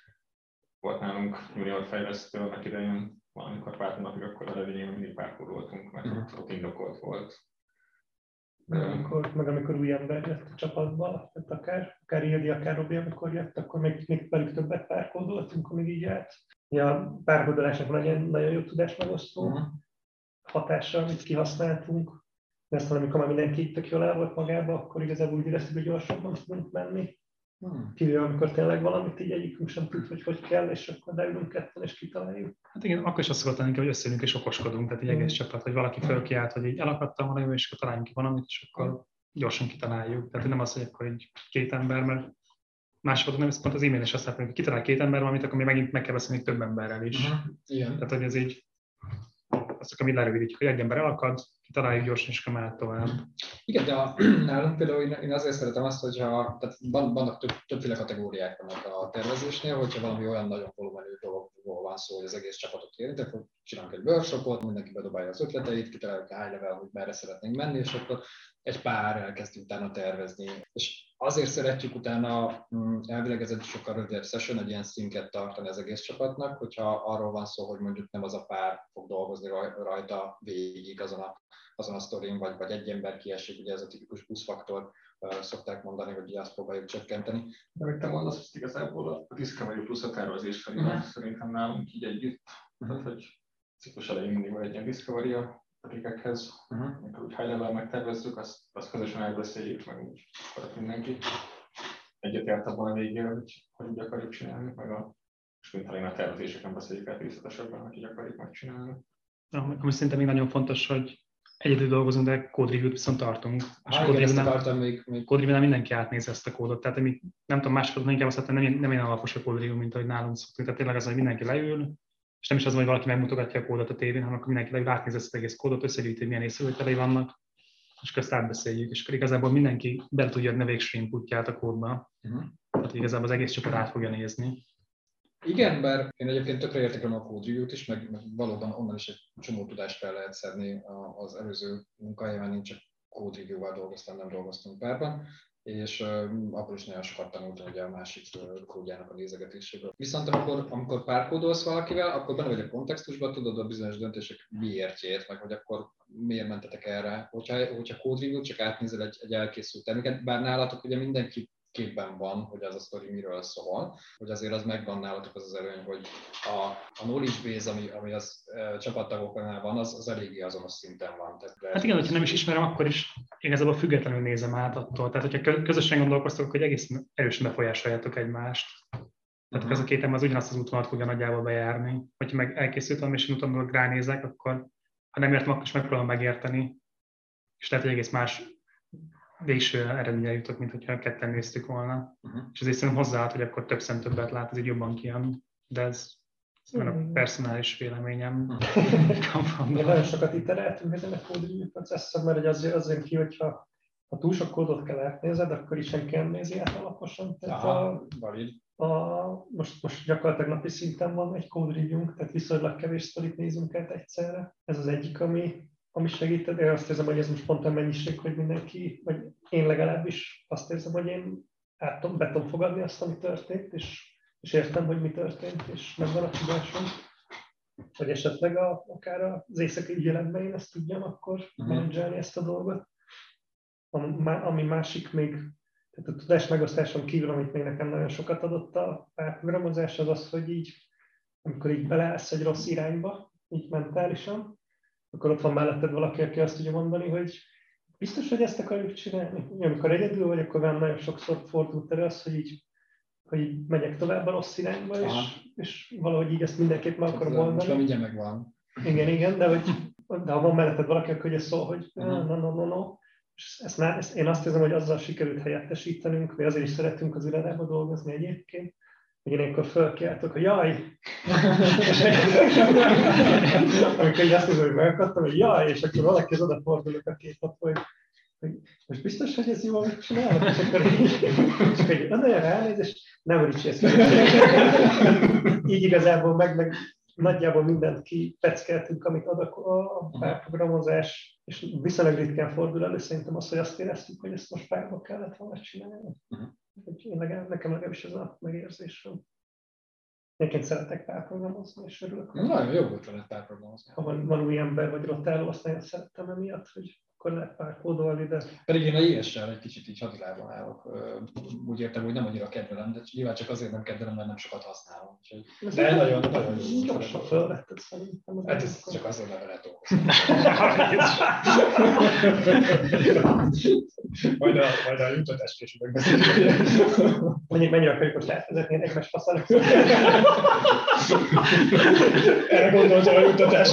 volt nálunk junior fejlesztő annak idején, valamikor pár napig, akkor a levényén mindig párkódoltunk, mert uh-huh. ott indokolt volt. Meg amikor, meg amikor új ember jött a csapatba, tehát akár, akár Ildi, akár Robi, amikor jött, akkor még, még velük többet párkódoltunk, amíg így állt. Ja, a párkódolásnak nagyon, nagyon jó tudásmegosztó uh-huh. hatása, amit kihasználtunk. De aztán amikor már mindenki tök jól el volt magába, akkor igazából úgy éreztük, hogy gyorsabban tudunk menni. Hmm. Kívül, amikor tényleg valamit így egyikünk sem tud, hogy hogy kell, és akkor leülünk ketten, és kitaláljuk. Hát igen, akkor is azt szokott lenni, hogy összeülünk és okoskodunk, tehát egy egész hmm. csapat, hogy valaki fölkiált, hogy így elakadtam valami, és akkor találjunk ki valamit, és akkor gyorsan kitaláljuk. Tehát nem az, hogy akkor egy két ember, mert másodban nem, ez pont az e-mail is azt látom, hogy kitalál két ember valamit, akkor még megint meg kell beszélni több emberrel is. Hmm. Igen. Tehát, hogy ez így, azt akkor mi lerövidítjük, hogy egy ember elakad, kitaláljuk gyorsan, és akkor már tovább. Igen, de a, nálunk például én azért szeretem azt, hogyha tehát vannak több, többféle kategóriák vannak a tervezésnél, hogyha valami olyan nagyon volumenű dologról van szó, hogy az egész csapatot érint, akkor csinálunk egy workshopot, mindenki bedobálja az ötleteit, kitaláljuk a high level, hogy merre szeretnénk menni, és akkor egy pár elkezdünk utána tervezni. És azért szeretjük utána, elvileg ez egy sokkal rövidebb session, egy ilyen szinket tartani az egész csapatnak, hogyha arról van szó, hogy mondjuk nem az a pár fog dolgozni rajta végig azon a, azon a sztorin, vagy, vagy egy ember kiesik, ugye ez a tipikus pluszfaktor, szokták mondani, hogy azt próbáljuk csökkenteni. De még te mondasz, hogy igazából a Discovery plusz a tervezés felé uh-huh. szerintem nálunk így együtt. Uh-huh. Tehát, hogy ciklus elején mindig van egy ilyen Discovery a trikekhez, uh-huh. amikor úgy high level megtervezzük, azt, azt közösen elbeszéljük, meg úgy akkor mindenki egyetért abban a végén, hogy hogy úgy akarjuk csinálni, meg a és mint talán a tervezéseken beszéljük el részletesebben, hogy így akarjuk megcsinálni. Ami szerintem még nagyon fontos, hogy egyedül dolgozunk, de code review-t viszont tartunk. És code review-nál még, még... review mindenki átnézi ezt a kódot. Tehát mi, nem tudom, másodban inkább azt mondtam, nem, nem ilyen alapos a code review, mint ahogy nálunk szoktunk. Tehát tényleg az, hogy mindenki leül, és nem is az, hogy valaki megmutogatja a kódot a tévén, hanem akkor mindenki leül, átnézi ezt az egész kódot, összegyűjti, hogy milyen észrevételei vannak, és közt átbeszéljük. És akkor igazából mindenki be tudja adni a végső inputját a kódba. Uh-huh. Tehát igazából az egész csapat át fogja nézni. Igen, bár én egyébként tökre értékelem a code review-t is, meg, meg valóban onnan is egy csomó tudást fel lehet szedni az előző munkahelyemen, én csak code review-val dolgoztam, nem dolgoztunk párban, és uh, abból is nagyon sokat tanultam ugye a másik kódjának a nézegetéséből. Viszont amikor, amikor párkódolsz valakivel, akkor benne vagy a kontextusban, tudod a bizonyos döntések miértjét, meg hogy akkor miért mentetek erre. Hogyha, hogyha code review csak átnézel egy, egy elkészült terméket, bár nálatok ugye mindenki képben van, hogy az a sztori miről szól, hogy azért az megvan nálatok az az előny, hogy a, a knowledge base, ami, ami az e, csapattagoknál van, az, az eléggé azonos szinten van. Tehát, hát igen, hogyha nem is ismerem, akkor is igazából függetlenül nézem át attól. Tehát, hogyha közösen gondolkoztok, hogy egészen erősen befolyásoljátok egymást. Tehát uh-huh. ez a két ember az ugyanazt az útvonalat fogja nagyjából bejárni. Hogyha meg elkészültem, és én utána ránézek, akkor ha nem értem, akkor is megpróbálom megérteni. És lehet, hogy egész más végső eredményre jutott, mint hogyha ketten néztük volna. Uh-huh. És azért szerintem hozzáállt, hogy akkor több szem többet lát, ez így jobban kijön. De ez, ez mm. a personális véleményem. Mi nagyon sokat iteráltunk ezen a code review processzor, mert azért azért ki, hogyha ha túl sok kódot kell átnézed, akkor is senki nem nézi át alaposan. Tehát Aha, a, a, most, most gyakorlatilag napi szinten van egy code review-nk, tehát viszonylag kevés sztorit nézünk át egyszerre. Ez az egyik, ami ami segít, én azt érzem, hogy ez most pont a mennyiség, hogy mindenki, vagy én legalábbis azt érzem, hogy én át tudom, be tudom fogadni azt, ami történt, és, és értem, hogy mi történt, és megvan a tudásom, hogy esetleg a, akár az éjszakai ügyeletben én ezt tudjam akkor uh-huh. menedzselni ezt a dolgot. Ami másik még, tehát a tudás megosztáson kívül, amit még nekem nagyon sokat adott a párprogramozás, az az, hogy így, amikor így beleállsz egy rossz irányba, így mentálisan, akkor ott van melletted valaki, aki azt tudja mondani, hogy biztos, hogy ezt akarjuk csinálni. Amikor egyedül vagy, akkor van nagyon sokszor fordult elő az, hogy így, hogy így megyek tovább a rossz irányba, és, és valahogy így ezt mindenképp meg akarom mondani. Most már mindjárt megvan. Igen, igen, de, hogy, de ha van melletted valaki, akkor ugye szól, hogy no, no, no, no, És ezt, ezt én azt érzem, hogy azzal sikerült helyettesítenünk, vagy azért is szeretünk az irodába dolgozni egyébként, hogy én akkor fölkiáltok, hogy jaj! Amikor így azt mondom, hogy megakadtam, hogy jaj, és akkor valaki az odafordulok a képet, hogy, hogy most biztos, hogy ez jó, amit csinálok, és akkor így, és akkor így nagyon ránézés, nem ricsész. Így igazából meg, meg nagyjából mindent kipeckeltünk, amit ad a párprogramozás, és viszonylag ritkán fordul elő szerintem az, hogy azt éreztük, hogy ezt most párba kellett volna csinálni. Én legalább, nekem legalábbis ez a megérzésem. Egyébként szeretek párprogramozni, és örülök. Nagyon jó volt vele párprogramozni. Ha van, van új ember vagy rotáló, azt nagyon szerettem emiatt, hogy akkor lehet párkódolni, de... Pedig én a i es-sel egy kicsit így hadilában állok. Úgy értem, hogy nem annyira kedvelem, de nyilván csak azért nem kedvelem, mert nem sokat használom. Úgyhogy... De nagyon, nagyon jó. Gyorsan felvetted szerintem. Hát ez csak azért, mert vele dolgozom. Majd a, majd a jutatás később megbeszéljük. Mennyi, mennyire akarjuk most átvezetni egymás faszára? Erre gondoltam a jutatás.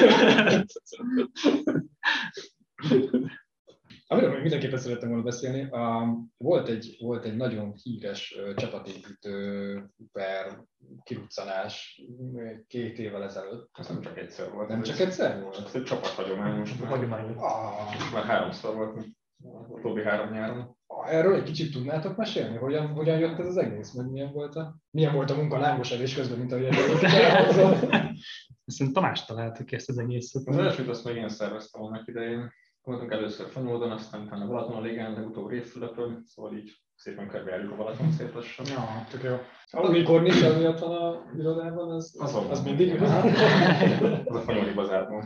Amiről még mindenképpen szerettem volna beszélni, um, volt, egy, volt egy nagyon híres uh, csapatépítő per kiruccanás két évvel ezelőtt. Ez nem csak egyszer volt. Nem csak egyszer volt? Ez egy csapathagyományos. Most a hagyomány. Ah, már háromszor volt, utóbbi három nyáron. Erről egy kicsit tudnátok mesélni? Hogyan, hogyan jött ez az egész? Meg milyen volt a, milyen volt a munka lángos evés közben, mint ahogy előtt. Szerintem Tamás találta ki ezt az egészet. Az elsőt azt még én szerveztem annak idején. Voltunk először Fanyódon, aztán utána Balaton a Ligán, de utóbb Révfületről, szóval így szépen körbejárjuk a Balaton szép lassan. Ja, tök jó. Amikor nincs az miatt van a irodában, az, az, az, az mindig jó. Az a Fanyódi bazárban.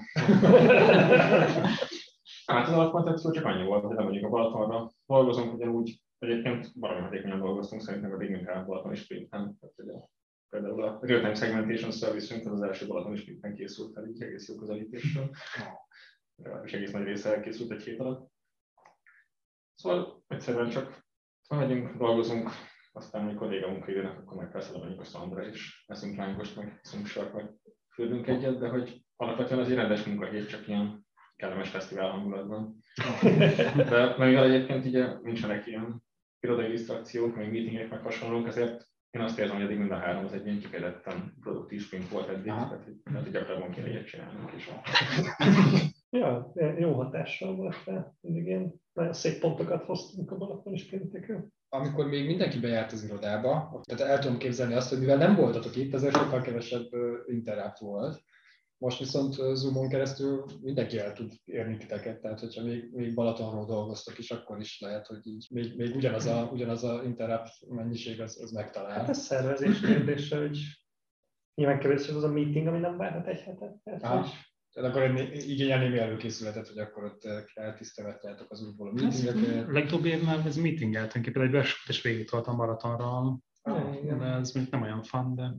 Hát az alapkoncepció csak annyi volt, hogy lemegyünk a Balatonra, dolgozunk ugyanúgy, egyébként valami hatékonyan dolgoztunk, szerintem addig mindig Balaton is sprinten. Például a Real-Time Segmentation Service-ünk az első Balaton is sprinten készült el, így egész jó közelítésről. És egész nagy része elkészült egy hét alatt. Szóval egyszerűen csak megyünk, dolgozunk, aztán amikor vége a munkaidőnek, akkor meg persze lemegyünk a szalomra, és eszünk lángost, meg eszünk sört, meg fürdünk egyet, de hogy alapvetően az egy rendes munkahét, csak ilyen kellemes fesztivál hangulatban. De mivel egyébként ugye nincsenek ilyen irodai disztrakciók, meg meetingek, meg hasonlók, ezért én azt érzem, hogy eddig mind a három az egy ilyen kifejezetten produktív sprint volt eddig, tehát hogy gyakorlatilag kéne ilyet csinálnunk is. Ja, jó hatással volt rá. Mindig ilyen nagyon szép pontokat hoztunk a Balaton sprintekről. Amikor még mindenki bejárt az irodába, tehát el tudom képzelni azt, hogy mivel nem voltatok itt, ezért sokkal kevesebb interrupt volt. Most viszont Zoomon keresztül mindenki el tud érni titeket, tehát hogyha még, még Balatonról dolgoztok is, akkor is lehet, hogy így még, még ugyanaz a, ugyanaz a interrupt mennyiség az, az megtalál. Hát ez szervezés kérdése, hogy nyilván kevés az a meeting, ami nem várhat egy hetet. Tehát akkor igényel némi előkészületet, hogy akkor ott eltisztemetjátok az útból a meetingeket. Legtöbb évben ez meetingeltünk, például egy versut és végig toltam maratonra, de ez még nem olyan fun, de...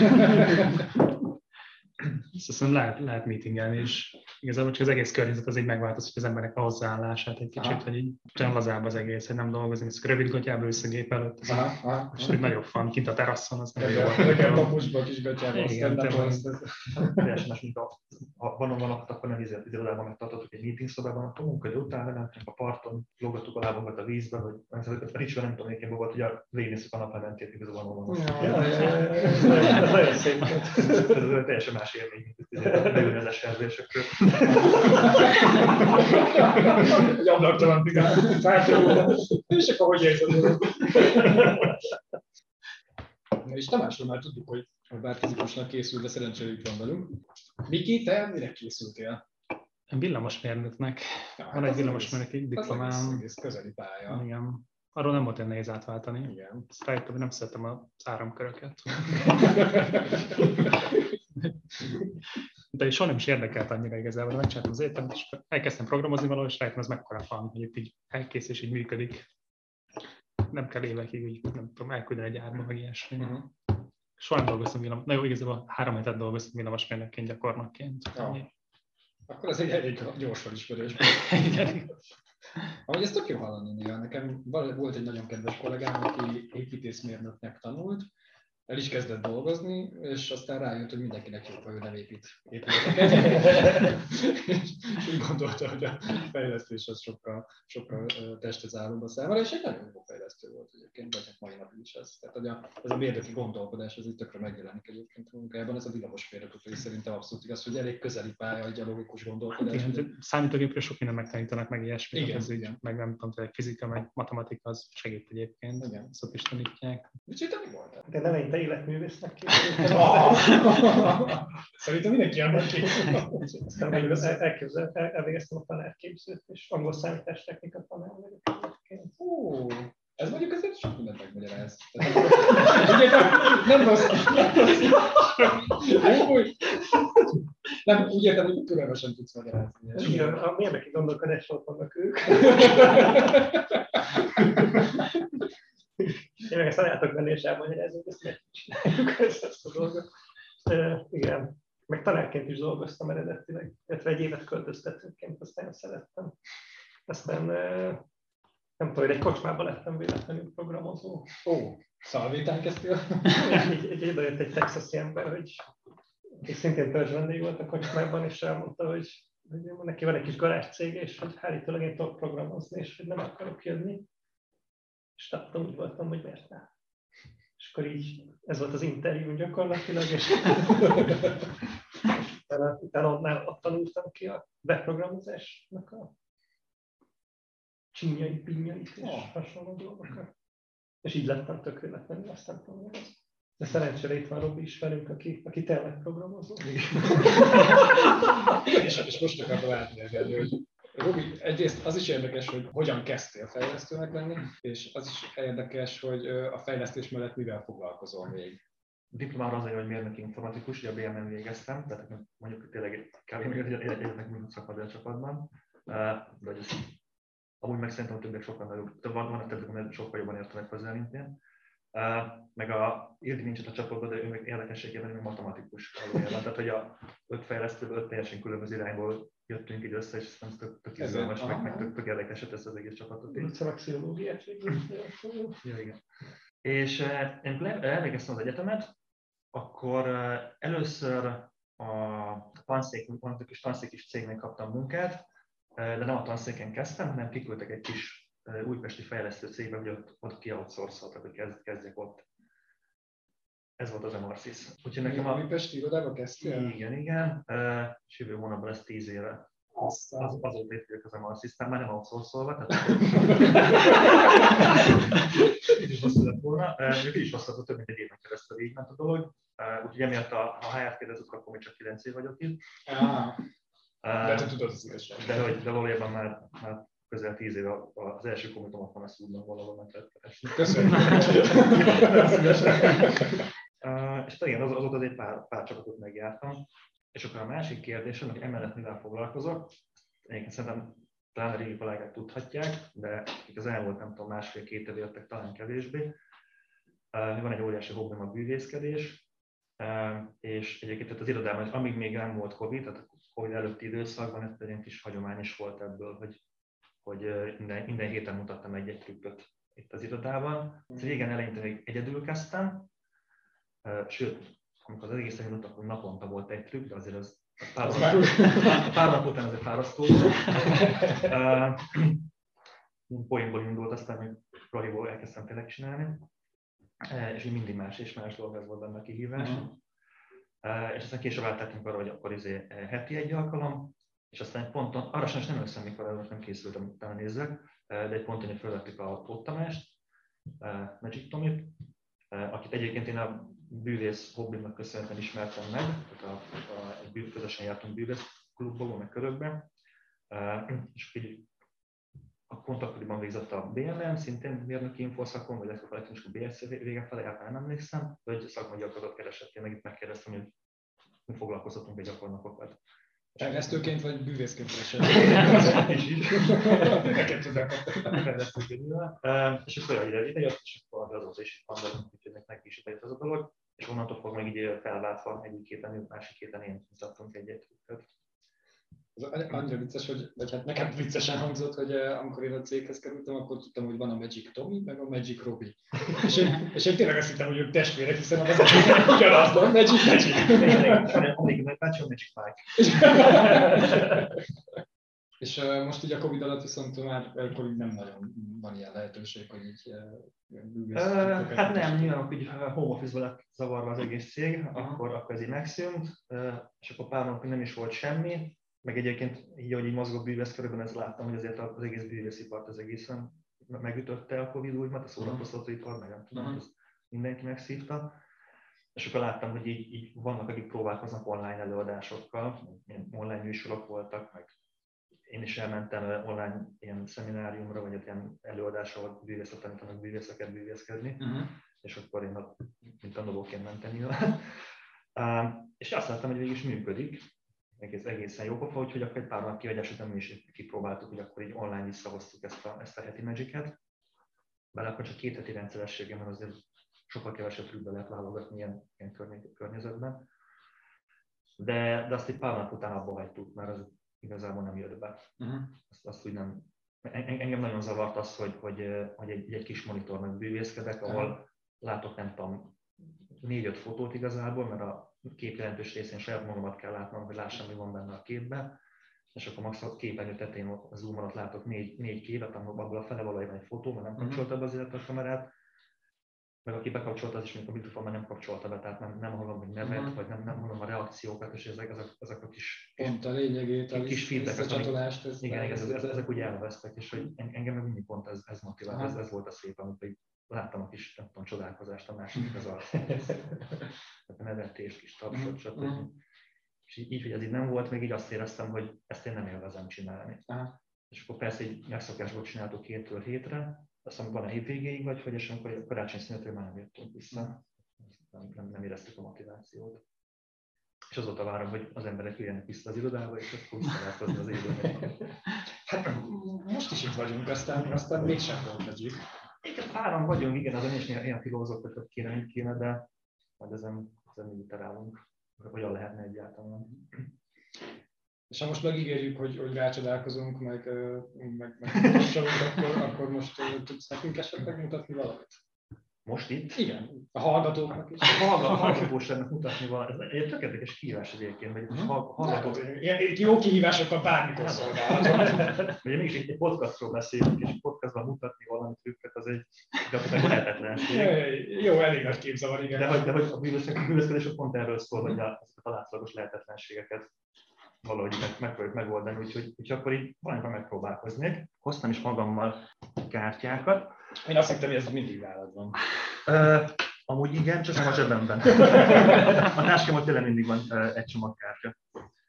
Szóval lehet, lehet meetingelni, és igazából csak az egész környezet az így megváltozott az emberek a hozzáállását egy kicsit, hogy így olyan lazább az egész, hogy nem dolgozni, ez rövid gatyába össze gép előtt, és egy nagyobb fan, kint a terasszon, az nagyon jó. Nekem papusba, kis gatyába, aztán teljesen más, mint ha van vannak, akkor nem izért az irodában megtartottuk egy meeting szobában, akkor munkadő után mentünk a parton, lógattuk a lábunkat a vízbe, vagy a Ricsben nem tudom, egyébként volt, hogy a végignézzük a naplementét, igazán van. Ez nagyon szép. Ez teljesen más élmény, mint beülni az eservésekről. Egy ablaktalan pigán, fártyolóra, és akkor hogy érzed? És Tamásról már tudjuk, hogy a bárfizikusnak készül, de szerencsére itt van velünk. Miki, te mire készültél? Villamosmérnöknek. Ja, van egy villamosmérnöki diplomám. Ez egész közeli pálya. Igen. Arról nem volt olyan nehéz átváltani. Igen. Ezt rájöttem, hogy nem szeretem az áramköröket. De is soha nem is érdekelt annyira igazából, de megcsináltam az egyetemet, és elkezdtem programozni valahogy, és rájöttem, ez mekkora fan, hogy itt így elkész és így működik. Nem kell évekig, így nem tudom, elküldeni egy árba, vagy ilyesmi. Uh-huh. Soha nem dolgoztam villamos, na jó, igazából három hetet dolgoztam villamosmérnökként, gyakornokként. Ja. Akkor ez egy elég gyors felismerés. Igen. Ahogy ezt tök jó hallani néha. Nekem volt egy nagyon kedves kollégám, aki építészmérnöknek tanult, el is kezdett dolgozni, és aztán rájött, hogy mindenkinek jobb, ha ő nem épít épületeket. És úgy gondolta, hogy a fejlesztés az sokkal, sokkal testet záróbb a számára, és egy nagyon jó fejlesztő volt egyébként, vagy mai napig is ez. Tehát hogy a, ez a mérnöki gondolkodás, ez itt tökre megjelenik egyébként a munkájában, ez a villamos mérnökökről is szerintem abszolút igaz, hogy elég közeli pálya, egy a logikus gondolkodás. Hát igen, számítógépről sok minden megtanítanak meg ilyesmit, igen, ez igen. Így, meg nem tudom, hogy fizika, meg matematika az segít egyébként, igen. Szóval is tanítják. Úgyhogy te mi voltál? De nem egy te életművésznek képzeltem. Szerintem mindenki annak képzel. Aztán elképzelt, elvégeztem a tanárképzőt, és angol számítástechnika tanár vagyok. Ó, ez mondjuk azért sok mindent megmagyaráz. Ugye, nem rossz. Nem, úgy értem, hogy türelmesen tudsz magyarázni. Igen, a mérnöki gondolkodásról vannak ők. Én meg ezt tanálatok venni és elmagyarázom, hogy ezt miért csináljuk ezt a dolgot. Uh, igen, meg tanárként is dolgoztam eredetileg, illetve egy évet költöztetőként, azt nagyon szerettem. Aztán uh, nem tudom, hogy egy kocsmában lettem véletlenül programozó. Ó, Szalvétán kezdtél? Így, így idejött egy texasi ember, hogy és szintén törzs vendég volt a kocsmában, és elmondta, hogy, hogy neki van egy kis garázscége, és hogy állítólag én tudok programozni, és hogy nem akarok jönni. És taptam, úgy voltam, hogy miért ne. És akkor így, ez volt az interjú gyakorlatilag, és utána, utána onnan ott tanultam ki a beprogramozásnak a csinyai, pinnyait és oh. hasonló dolgokat. És így lettem tök véletlenül, azt nem tudom, hogy az. De szerencsére itt van Robi is velünk, aki, aki tényleg programozó. és, és most akartam átnézni, hogy Robi, egyrészt az is érdekes, hogy hogyan kezdtél fejlesztőnek lenni, és az is érdekes, hogy a fejlesztés mellett mivel foglalkozol még. Diplomára azért, hogy mérnöki informatikus, ugye a bé em en végeztem, tehát mondjuk tényleg kb. Egyetnek mindent szakad a csapatban, de hogy ez, amúgy meg szerintem a többiek sokkal nagyobb, van, van a többiek, mert sokkal jobban értenek hozzá, mint én. Uh, meg a Ildi nincs a csapatban, de ő meg érdekességében még matematikus valójában. Tehát, hogy a öt fejlesztőből öt teljesen különböző irányból jöttünk így össze, és ez nem tök, tök izgalmas, meg, meg tök, tök érdekes ez az egész csapatot. Szóval a pszichológiát ja, igen. És uh, én elvégeztem az egyetemet, akkor uh, először a tanszék, egy kis tanszékis cégnél kaptam munkát, uh, de nem a tanszéken kezdtem, hanem kiküldtek egy kis újpesti fejlesztő cégben, hogy ott, ott ki-outsourcoltak, hogy kezd, kezdjek ott. Ez volt az Emarsis. Úgyhogy nekem a újpesti irodába kezdtél? Igen, igen. És jövő hónapban lesz tíz éve. Az, az, azóta létrejött az Emarsis, már nem outsourcolva, tehát így is hosszú lett volna. Ők is hosszú, több mint egy éven keresztül így ment a dolog. Úgyhogy emiatt, ha há er kérdezzük, akkor még csak kilenc év vagyok itt. Ah, de te tudod az igazság. De, de valójában már, már közel tíz éve az első kommentomat van, ezt úrnak valahol meg lehet keresni. Köszönjük! uh, és igen, az, azóta egy pár, pár csapatot megjártam. És akkor a másik kérdésem, hogy emellett mivel foglalkozok, egyébként szerintem talán a régi kollégák tudhatják, de az elmúlt nem tudom, másfél-két év jöttek talán kevésbé. Uh, van egy óriási hobbim a bűvészkedés, uh, és egyébként az irodában, amíg még nem volt Covid, tehát a Covid előtti időszakban ez egy kis hagyomány is volt ebből, hogy hogy minden, minden héten mutattam egy-egy trükköt itt az irodában. Régen eleinte még egyedül kezdtem, sőt, amikor az egész egyedül, akkor naponta volt egy trükk, de azért az pár, pár nap után azért fárasztó volt. Poénból indult, aztán még Rohiból elkezdtem tényleg csinálni, és mindig más és más dolog, ez volt benne a kihívás. Uh-huh. És aztán később áttettünk arra, hogy akkor izé heti egy alkalom, és aztán egy ponton, arra sem nem emlékszem, mikor előtt nem készültem, utána nézzek, de egy ponton, hogy felvettük a Tóth Tamást, Magic Tomit, akit egyébként én a bűvész hobbimnak köszönhetően ismertem meg, tehát a, a, egy közösen jártunk bűvész klubban, meg körökben, és így a kontaktokban végzett a bé em en, szintén mérnöki infoszakon, vagy akkor elektronikus bé es cé vége felé, hát nem emlékszem, hogy szakmai gyakorlatot keresett, én meg itt megkérdeztem, hogy mi foglalkozhatunk egy gyakornokokat. Fejlesztőként vagy bűvészként keresett? És így. Nekem tudják a és akkor ide ide jött, és akkor azóta is van, úgyhogy neki is bejött az a dolog, és onnantól fog meg így felváltva egyik héten, másik héten én mutattunk egy-egy trükköt. Ez annyira vicces, hogy, vagy hát nekem viccesen hangzott, hogy amikor én a céghez kerültem, akkor tudtam, hogy van a Magic Tommy, meg a Magic Robbie. És én, és én tényleg azt hittem, hogy ők testvérek, hiszen a vezetőnek ugyanaz, nem? Magic, Magic. Amíg meg bácsi, a Magic Mike. És uh, most így a Covid alatt viszont már akkor így nem nagyon van ilyen lehetőség, hogy így uh, Hát nem, nyilván, hogy home office-ban lett zavarva az egész cég, akkor, akkor ez így megszűnt, uh, és akkor pár napig nem is volt semmi, meg egyébként így, ahogy így mozgok bűvész körülben, ezt láttam, hogy azért az egész bűvészipart az egészen megütötte a Covid úgymat, a szórakoztatóipar, meg nem tudom, uh-huh. mindenki megszívta. És akkor láttam, hogy így, így vannak, akik próbálkoznak online előadásokkal, ilyen online műsorok voltak, meg én is elmentem online ilyen szemináriumra, vagy ilyen előadásra, ahol bűvészet tanítanak bűvészeket bűvészkedni, uh-huh. és akkor én ott, mint tanulóként mentem nyilván. Uh, és azt láttam, hogy végig is működik, egész, egészen jó pofa, úgyhogy akkor egy pár nap kihagyás után mi is kipróbáltuk, hogy akkor így online visszahoztuk ezt a, ezt a heti Magic-et. Bele akkor csak két heti rendszerességem, mert azért sokkal kevesebb trükkbe lehet válogatni ilyen, ilyen környezetben. De, de azt egy pár nap után abba hagytuk, mert az igazából nem jött be. Uh-huh. Azt, azt úgy nem... Engem nagyon zavart az, hogy, hogy, hogy egy, egy kis monitornak bűvészkedek, ahol uh-huh. látok nem tudom négy-öt fotót igazából, mert a kép jelentős részén saját magamat kell látnom, hogy lássam, mi van benne a képben. És akkor max a képernyő tetején a zoomon ott látok négy, négy képet, abból a fele valójában egy fotó, mert nem uh-huh. kapcsolta be az illetve a kamerát. Meg aki bekapcsolta, az is mondjuk a mikrofon már nem kapcsolta be, tehát nem, nem hallom, hogy nevet, uh-huh. vagy nem, nem hallom a reakciókat, és ezek, ezek, ezek a kis, Pont a lényegét, a kis feedback-et, ez igen, igen ezek, ezek úgy elvesztek, és hogy engem meg mindig pont ez, ez motivált, ez, ez volt a szép, amit láttam a kis, nem tudom, csodálkozást, a másik az a nevetés, kis tapsot, stb. Uh-huh. És így, hogy ez így nem volt, még így azt éreztem, hogy ezt én nem élvezem csinálni. Uh-huh. És akkor persze így megszokásból csináltuk hétről hétre, azt mondom, van a hétvégéig vagy, hogy és amikor a karácsony szünetről már nem jöttünk vissza. Nem, nem, nem éreztük a motivációt. És azóta várom, hogy az emberek jöjjenek vissza az irodába, és akkor visszalátkozni az életben. Hát most is itt vagyunk, aztán, aztán mégsem volt Magic. Igen, páran vagyunk, igen, azon is ilyen filozófiát kéne, mint kéne, de majd ezen, ezen mi iterálunk, hogyan lehetne egyáltalán. És ha most megígérjük, hogy, hogy rácsodálkozunk, meg, meg, meg sorunk, akkor, akkor most tudsz nekünk esetleg mutatni valamit? Most itt? Igen, a hallgatóknak is. A hallgatóknak lennek mutatni valamit. Ez egy tökéletes kihívás egyébként, hogy hmm? hallgatók... Ilyen jó kihívásokkal bármikor szolgálhatunk. Ugye mégis egy podcastról beszélünk, és podcastban mutatni valamit őket, az egy gyakorlatilag lehetetlenség. Jó, elég nagy képzavar, igen. De hogy, de hogy a bűvészkedés pont erről szól, hogy a, a látszólagos lehetetlenségeket valahogy meg, meg fogjuk megoldani, úgyhogy, úgyhogy akkor így valamiben megpróbálkoznék. Hoztam is magammal kártyákat. Én azt hittem, hogy ez mindig nálad van. Uh, amúgy igen, csak nem a zsebemben. A táskámon tényleg mindig van uh, egy csomag kártya.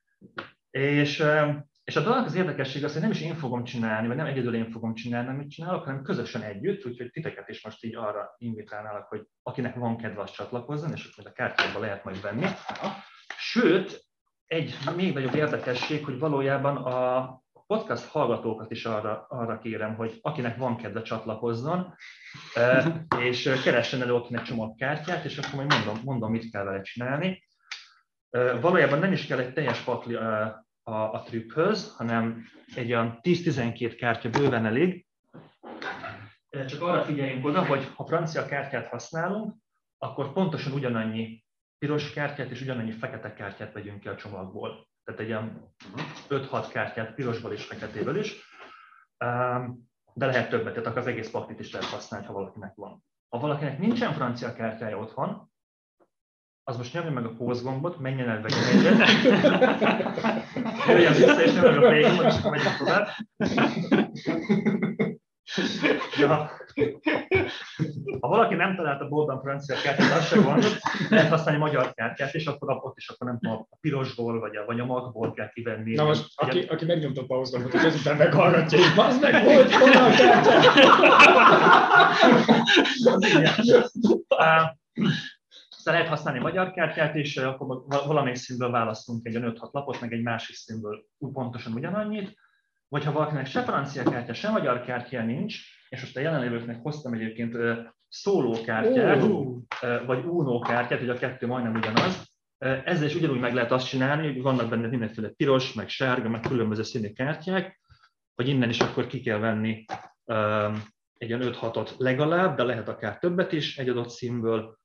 És, uh, és a dolog az érdekesség az, hogy nem is én fogom csinálni, vagy nem egyedül én fogom csinálni, nem mit csinálok, hanem közösen együtt, úgyhogy titeket is most így arra invitálnálok, hogy akinek van kedve, az csatlakozzon, és akkor a kártyákba lehet majd venni. Sőt, egy még nagyobb érdekesség, hogy valójában a podcast hallgatókat is arra, arra kérem, hogy akinek van kedve, csatlakozzon, és keressen elő akinek csomagkártyát, és akkor majd mondom, mondom, mit kell vele csinálni. Valójában nem is kell egy teljes pakli a, a, a trükkhöz, hanem egy olyan tíz-tizenkét kártya bőven elég. Csak arra figyeljünk oda, hogy ha francia kártyát használunk, akkor pontosan ugyanannyi piros kártyát és ugyanannyi fekete kártyát vegyünk ki a csomagból. Tehát egy ilyen öt-hat kártyát pirosból és feketéből is. De lehet többet, tehát akkor az egész paklit is lehet használni, ha valakinek van. Ha valakinek nincsen francia kártyája otthon, az most nyomja meg a pause gombot, menjen el, vegyen egyet. Jöjjön vissza, és nyomja meg a play gombot, és akkor megyünk tovább. Ja. Ha valaki nem talált a boltban francia kártyát, az se gond, lehet használni magyar kártyát, és akkor ott is akkor nem tudom, a pirosból vagy a, vagy a magból kell kivenni. Na most, aki, aki megnyomta a pauzgombot, és ezután meghallgatja, és az meg volt, honnan a kártyát? Szóval lehet használni magyar kártyát, és akkor valamelyik színből választunk egy öt-hat lapot, meg egy másik színből pontosan ugyanannyit. Vagy ha valakinek se francia kártya, se magyar kártya nincs, és most a jelenlévőknek hoztam egyébként szólókártyát, uh. vagy Uno kártyát, hogy a kettő majdnem ugyanaz, Ezzel is ugyanúgy meg lehet azt csinálni, hogy vannak benne mindenféle piros, meg sárga, meg különböző színű kártyák, hogy innen is akkor ki kell venni um, egy olyan öt-hatot legalább, de lehet akár többet is egy adott színből.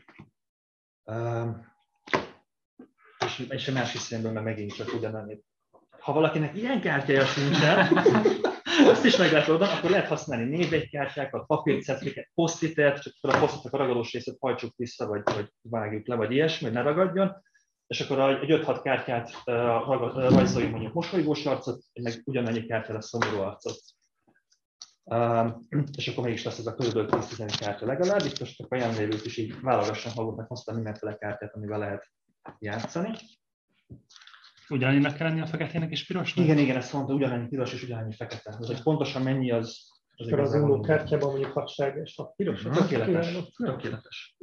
Um, és, és a másik színből meg megint csak ugyanannyit. Ha valakinek ilyen kártyája sincsen, azt is meg lehet oldani, akkor lehet használni névjegykártyákat, papírcetliket, posztitet, csak a posztitek a ragadós részét hajtsuk vissza, vagy, vagy vágjuk le, vagy ilyesmi, hogy ne ragadjon. És akkor egy öt-hat kártyát rajzoljuk mondjuk mosolygós arcot, meg ugyanannyi kártyára szomorú arcot. Um, és akkor mégis lesz ez a körülbelül tíz-tizenegy kártya legalább, itt most a jelenlévők is így válogasson maguknak azt a mindenféle kártyát, amivel lehet játszani. Ugyanannyinak kell lenni a feketének és pirosnak? Igen, igen, ezt mondta, ugyanannyi piros és ugyanannyi fekete. Ez, hogy pontosan mennyi az... az akkor az uno kártyában mondjuk hat sárga és hat piros? Tökéletes. Tökéletes.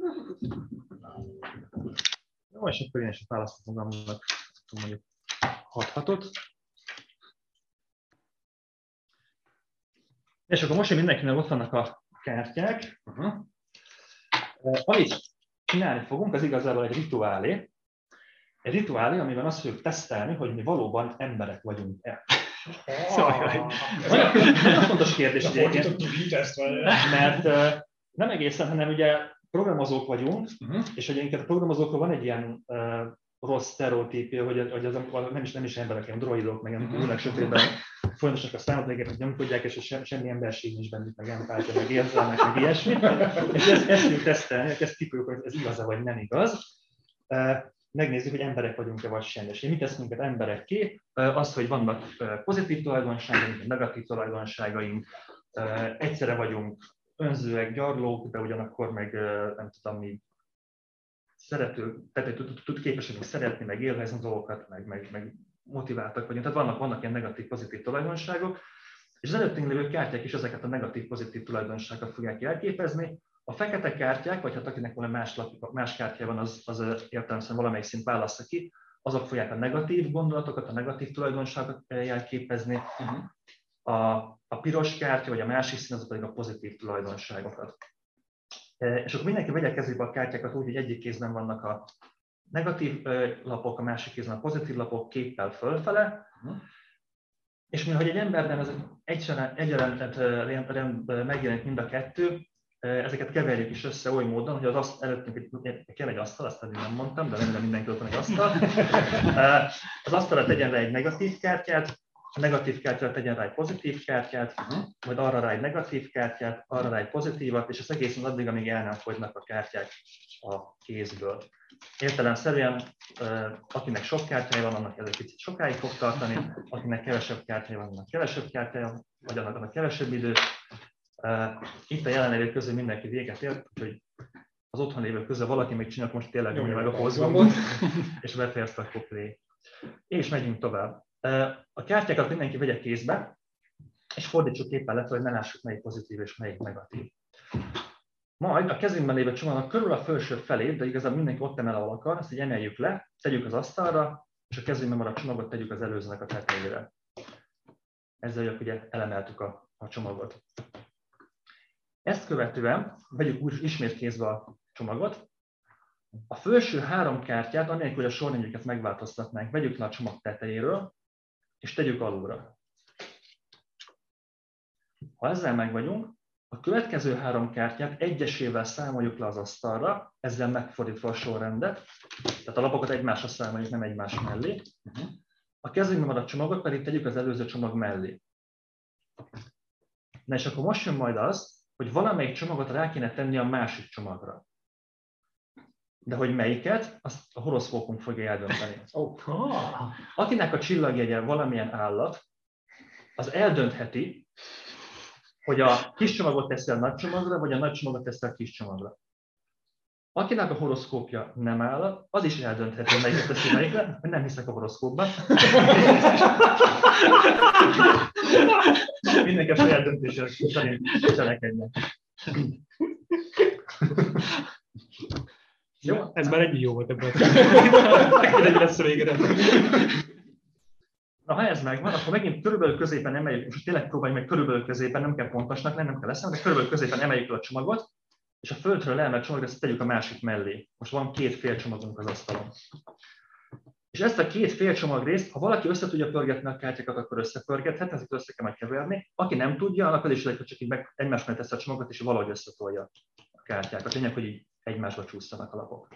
Jó, és akkor én is választok magamnak mondjuk hat-hatot. És akkor most, hogy mindenkinek ott vannak a kártyák, uh-huh. amit csinálni fogunk, az igazából egy rituálé. Egy rituálé, amiben azt fogjuk tesztelni, hogy mi valóban emberek vagyunk-e. Szóval, nagyon fontos kérdés egyébként, mert uh, nem egészen, hanem ugye programozók vagyunk, uh-huh. és hogy a programozókról van egy ilyen uh, rossz sztereotípia, hogy, hogy az, nem, is, nem is emberek, ilyen droidok, meg uh-huh. ülnek sötétben, folyamatosak a számot, nyomkodják, és sem, semmi emberség nincs bennük, meg empátia, meg érzelmek, meg ilyesmi. És ezt, ezt tudjuk tesztelni, ezt tipoljuk, hogy ez igaz-e vagy nem igaz. Uh, megnézzük, hogy emberek vagyunk-e vagy sem. És mit tesz minket emberekké? Az, hogy vannak pozitív tulajdonságaink, negatív tulajdonságaink, egyszerre vagyunk önzőek, gyarlók, de ugyanakkor meg nem tudom mi szerető, tehát tud képesek szeretni, meg élvezni dolgokat, meg, meg, meg motiváltak vagyunk. Tehát vannak, vannak ilyen negatív, pozitív tulajdonságok, és az előttünk lévő kártyák is ezeket a negatív, pozitív tulajdonságokat fogják elképezni. A fekete kártyák, vagy hát akinek valami más, más kártya van, az, az értelemszerűen valamelyik szint válassza ki, azok fogják a negatív gondolatokat, a negatív tulajdonságokat jelképezni. Uh-huh. A, a piros kártya, vagy a másik szín, azok pedig a pozitív tulajdonságokat. És akkor mindenki vegye kezébe a kártyákat úgy, hogy egyik kézben vannak a negatív lapok, a másik kézben a pozitív lapok képpel fölfele. Uh-huh. És mivel egy emberben ez egyaránt megjelenik mind a kettő, ezeket keverjük is össze oly módon, hogy az aszt, előttünk kell egy asztal, azt eddig nem mondtam, de remélem mindenki ott van egy asztal. Az asztalra tegyen rá egy negatív kártyát, a negatív kártyára tegyen rá egy pozitív kártyát, majd arra rá egy negatív kártyát, arra rá egy pozitívat, és az egészen addig, amíg el nem fogynak a kártyák a kézből. Értelemszerűen, akinek sok kártyája van, annak ez egy picit sokáig fog tartani, akinek kevesebb kártyája van, annak kevesebb kártyája, vagy annak, annak kevesebb idő. Itt a jelenlévők közül mindenki véget ért, hogy az otthon lévők közül valaki még csinál, most tényleg nyomja meg a pozgombot, és befejezte a play. És megyünk tovább. A kártyákat mindenki vegye kézbe, és fordítsuk éppen le, hogy ne lássuk, melyik pozitív és melyik negatív. Majd a kezünkben lévő csomagnak körül a felső felé, de igazából mindenki ott emel, ahol akar, azt így emeljük le, tegyük az asztalra, és a kezünkben maradt csomagot tegyük az előzőnek a tetejére. Ezzel ugye elemeltük a, a csomagot. Ezt követően vegyük úgy ismét kézbe a csomagot. A felső három kártyát, anélkül, hogy a sorrendjüket megváltoztatnánk, vegyük le a csomag tetejéről, és tegyük alulra. Ha ezzel meg vagyunk, a következő három kártyát egyesével számoljuk le az asztalra, ezzel megfordítva a sorrendet, tehát a lapokat egymásra számoljuk, nem egymás mellé. A kezünkben maradt csomagot pedig tegyük az előző csomag mellé. Na és akkor most jön majd az, hogy valamelyik csomagot rá kéne tenni a másik csomagra. De hogy melyiket, azt a horoszkópunk fogja eldönteni. Oh. Akinek a csillagjegye valamilyen állat, az eldöntheti, hogy a kis csomagot teszi a nagy csomagra, vagy a nagy csomagot teszi a kis csomagra. Akinek a horoszkópja nem állat, az is eldöntheti, hogy melyiket teszi melyikre, hogy nem hiszek a horoszkópban. Mindenki a saját döntésére szerint cselekedjen. Jó, ez már egy jó volt ebből. Egy lesz végre. Na, ha ez megvan, akkor megint körülbelül középen emeljük, most tényleg próbáljuk meg körülbelül középen, nem kell pontosnak lenni, nem kell leszem, de körülbelül középen emeljük le a csomagot, és a földről leemelt csomagrészt tegyük a másik mellé. Most van két félcsomagunk az asztalon. És ezt a két félcsomagrészt, ha valaki össze tudja pörgetni a kártyákat, akkor összepörgethet, ezeket össze kell majd keverni. Aki nem tudja, annak az is lehet, hogy csak így meg egymás mellett teszi a csomagot, és valahogy összetolja a kártyákat. Lényeg, hogy így egymásba csúszzanak a lapok.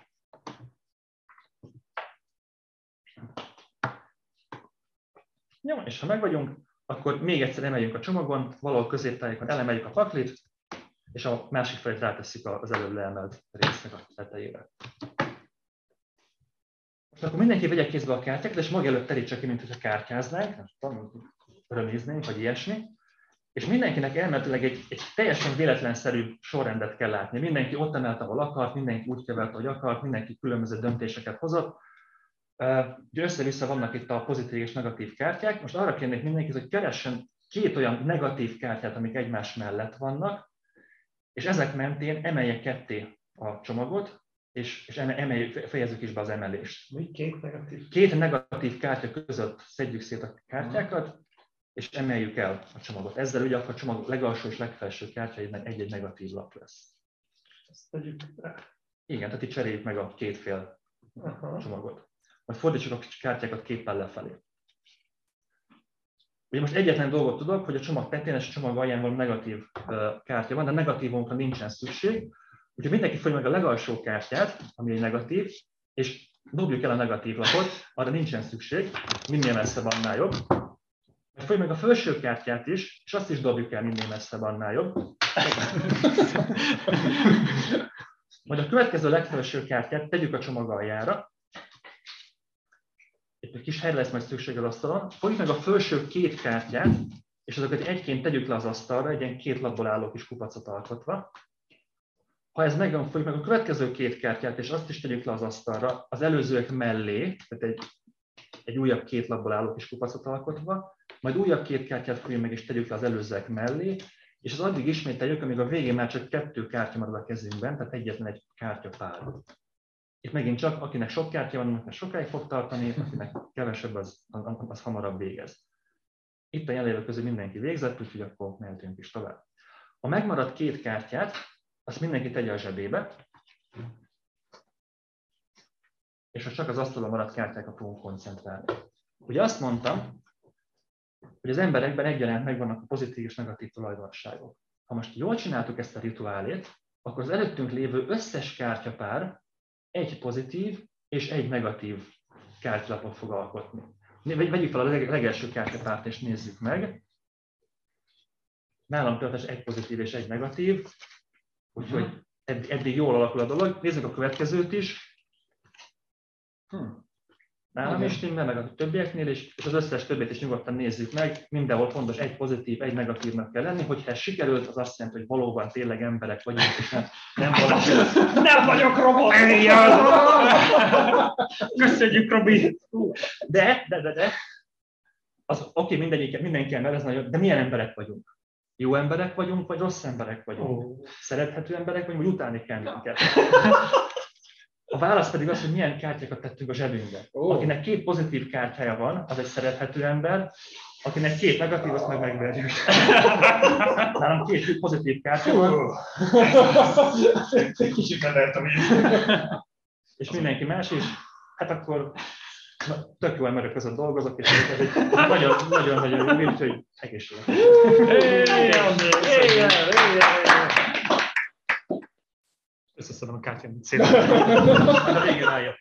Jó, és ha meg vagyunk, akkor még egyszer emeljünk a csomagon, valahol középtájékon elemeljük a paklit, és a másik felét rátesszük az előbb leemelt résznek a tetejére. Akkor mindenki vegye kézbe a kártyákat, és maga előtt terítse ki, mint hogyha kártyáznánk, röméznénk, vagy ilyesmi. És mindenkinek elméletileg egy, egy teljesen véletlenszerű sorrendet kell látni. Mindenki ott emelt, ahol akart, mindenki úgy kevert, ahogy akart, mindenki különböző döntéseket hozott. Ugye össze-vissza vannak itt a pozitív és negatív kártyák. Most arra kérnék mindenkit, hogy keressen két olyan negatív kártyát, amik egymás mellett vannak, és ezek mentén emelje ketté a csomagot, és, és emeljük, fejezzük is be az emelést. Mi? Két negatív? Két negatív kártya között szedjük szét a kártyákat, és emeljük el a csomagot. Ezzel ugye akkor a csomag legalsó és legfelső kártyáinak egy-egy negatív lap lesz. Ezt tegyük rá. Igen, tehát itt cseréljük meg a két fél Aha. csomagot. Majd fordítsuk a kártyákat képpel lefelé. Ugye most egyetlen dolgot tudok, hogy a csomag tetején és a csomag alján valami negatív kártya van, de negatívunkra nincsen szükség. Úgyhogy mindenki fogja meg a legalsó kártyát, ami egy negatív, és dobjuk el a negatív lapot, arra nincsen szükség, minél messze annál jobb. Fogjuk meg a felső kártyát is, és azt is dobjuk el minél messze annál jobb. Majd a következő legfelső kártyát tegyük a csomag aljára. Itt egy kis helyre lesz majd szükség az asztalon. Fogjuk meg a felső két kártyát, és azokat egyként tegyük le az asztalra, egy ilyen két lapból álló kis kupacot alkotva. Ha ez megvan, fogjuk meg a következő két kártyát, és azt is tegyük le az asztalra, az előzőek mellé, tehát egy, egy újabb két lapból álló kis kupacot alkotva, majd újabb két kártyát fogjuk meg, és tegyük le az előzőek mellé, és az addig ismételjük, amíg a végén már csak kettő kártya marad a kezünkben, tehát egyetlen egy kártyapár. Itt megint csak, akinek sok kártya van, annak sokáig fog tartani, akinek kevesebb, az, az hamarabb végez. Itt a jelenlévők közül mindenki végzett, úgyhogy akkor mehetünk is tovább. A megmaradt két kártyát, azt mindenki tegye a zsebébe, és most csak az asztalon maradt kártyákra fogunk koncentrálni. Ugye azt mondtam, hogy az emberekben egyaránt megvannak a pozitív és negatív tulajdonságok. Ha most jól csináltuk ezt a rituálét, akkor az előttünk lévő összes kártyapár egy pozitív és egy negatív kártyalapot fog alkotni. Vegyük fel a legelső kártyapárt és nézzük meg. Nálam történet egy pozitív és egy negatív, úgyhogy eddig jól alakul a dolog. Nézzük a következőt is. Nálam is stimmel, meg a többieknél is, és az összes többet is nyugodtan nézzük meg. Mindenhol fontos egy pozitív, egy negatívnak kell lenni. Hogyha ez sikerült, az azt jelenti, hogy valóban tényleg emberek vagyunk, és nem, nem valaki. Nem vagyok robot! Köszönjük, Robi! De, de, de, de. Az oké, mindegyik, mindenki ember, ez nagyon, de milyen emberek vagyunk? Jó emberek vagyunk, vagy rossz emberek vagyunk? Oh. Szerethető emberek vagyunk, vagy utálni kell minket? A válasz pedig az, hogy milyen kártyákat tettünk a zsebünkbe. Oh. Akinek két pozitív kártyája van, az egy szerethető ember, akinek két negatív, azt meg megverjük. Nálam két pozitív kártya van. Kicsit levertem így. És mindenki más is. Hát akkor tök jó emberek között dolgozok, és ez egy nagyon-nagyon jó, úgyhogy egészségek. Összeszedem a kártyámat szépen. A végén rájött.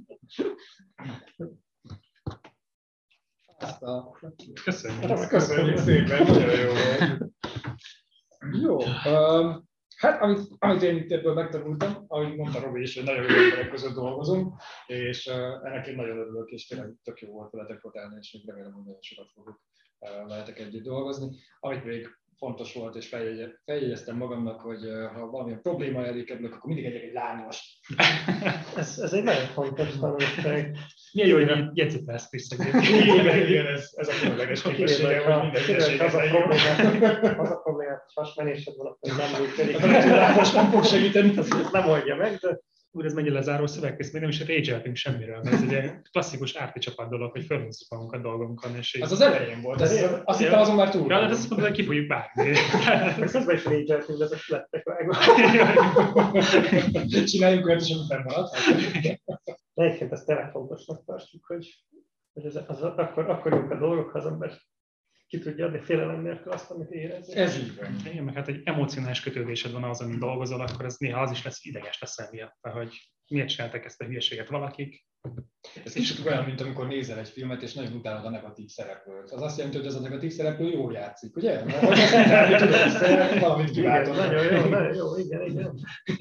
Köszönjük. Köszönjük szépen, nagyon jó volt. Jó, um, hát amit, amit én itt ebből megtanultam, ahogy mondta Robi is, hogy nagyon jó emberek között dolgozunk, és uh, ennek én nagyon örülök, és tényleg tök jó volt veletek fotelni, és még remélem, hogy nagyon sokat fogok uh, veletek együtt dolgozni. Amit még fontos volt, és feljegy, feljegyeztem magamnak, hogy uh, ha valamilyen probléma elé kerülök, akkor mindig egyek egy lányost. ez, ez egy nagyon fontos tanulság. Milyen jó, hogy jegyzetelsz, Krisztus. Igen, igen, ez, ez a különleges képessége, hogy minden hülyeség ez legyen. Az a problémát, hogy hasmenésed van, hogy nem működik. Most nem fog segíteni. Ezt nem oldja meg, de úr, ez mennyi lezáró szövegkész, még nem is rage-eltünk semmiről, mert ez egy ilyen klasszikus árti csapat dolog, hogy felhúzzuk magunkat dolgunkon. És az az elején volt, ez, azt hittem azon már túl. Ja, de ezt mondod, hogy ki fogjuk vágni. Közben is rage-eltünk, de ezek lettek vágva. Csináljunk olyat is, amit fennmaradt. De egyébként ezt tényleg fontosnak tartjuk, hogy, hogy ez, az, akkor, akkor jók a dolgok, ha az ember ki tudja adni félelem nélkül azt, amit érez. Ez így van. Igen, meg hát egy emocionális kötődésed van az, amit dolgozol, akkor ez néha az is lesz, ideges leszel miatta, hogy miért csináltak ezt a hülyeséget valakik. Ez kicsit olyan, mint amikor nézel egy filmet, és nagyon utálod a negatív szereplőt. Az azt jelenti, hogy az a negatív szereplő jól játszik, ugye? Mert hogy ezt utálni tudod, szeretni valamit kiváltod. Nagyon jó, nagyon jó, igen, igen.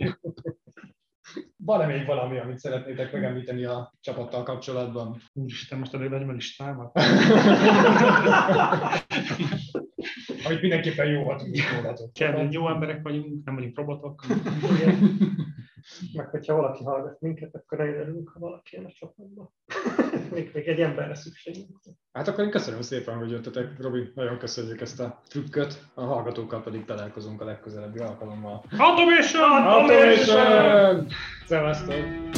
Van-e még valami, amit szeretnétek megemlíteni a csapattal kapcsolatban? Úristen, most előbb vegyem a listámat. Amit mindenképpen jóval tudjuk rólatok. Kell, jó emberek vagyunk, nem vagyunk robotok. Igen. Meg hogyha valaki hallgat minket, akkor nagyon örülünk, ha valaki jön a csapatba. még, még egy emberre szükségünk. Hát akkor én köszönöm szépen, hogy jöttetek. Robi, nagyon köszönjük ezt a trükköt. A hallgatókkal pedig találkozunk a legközelebbi alkalommal. Automation! Automation! Szevasztok!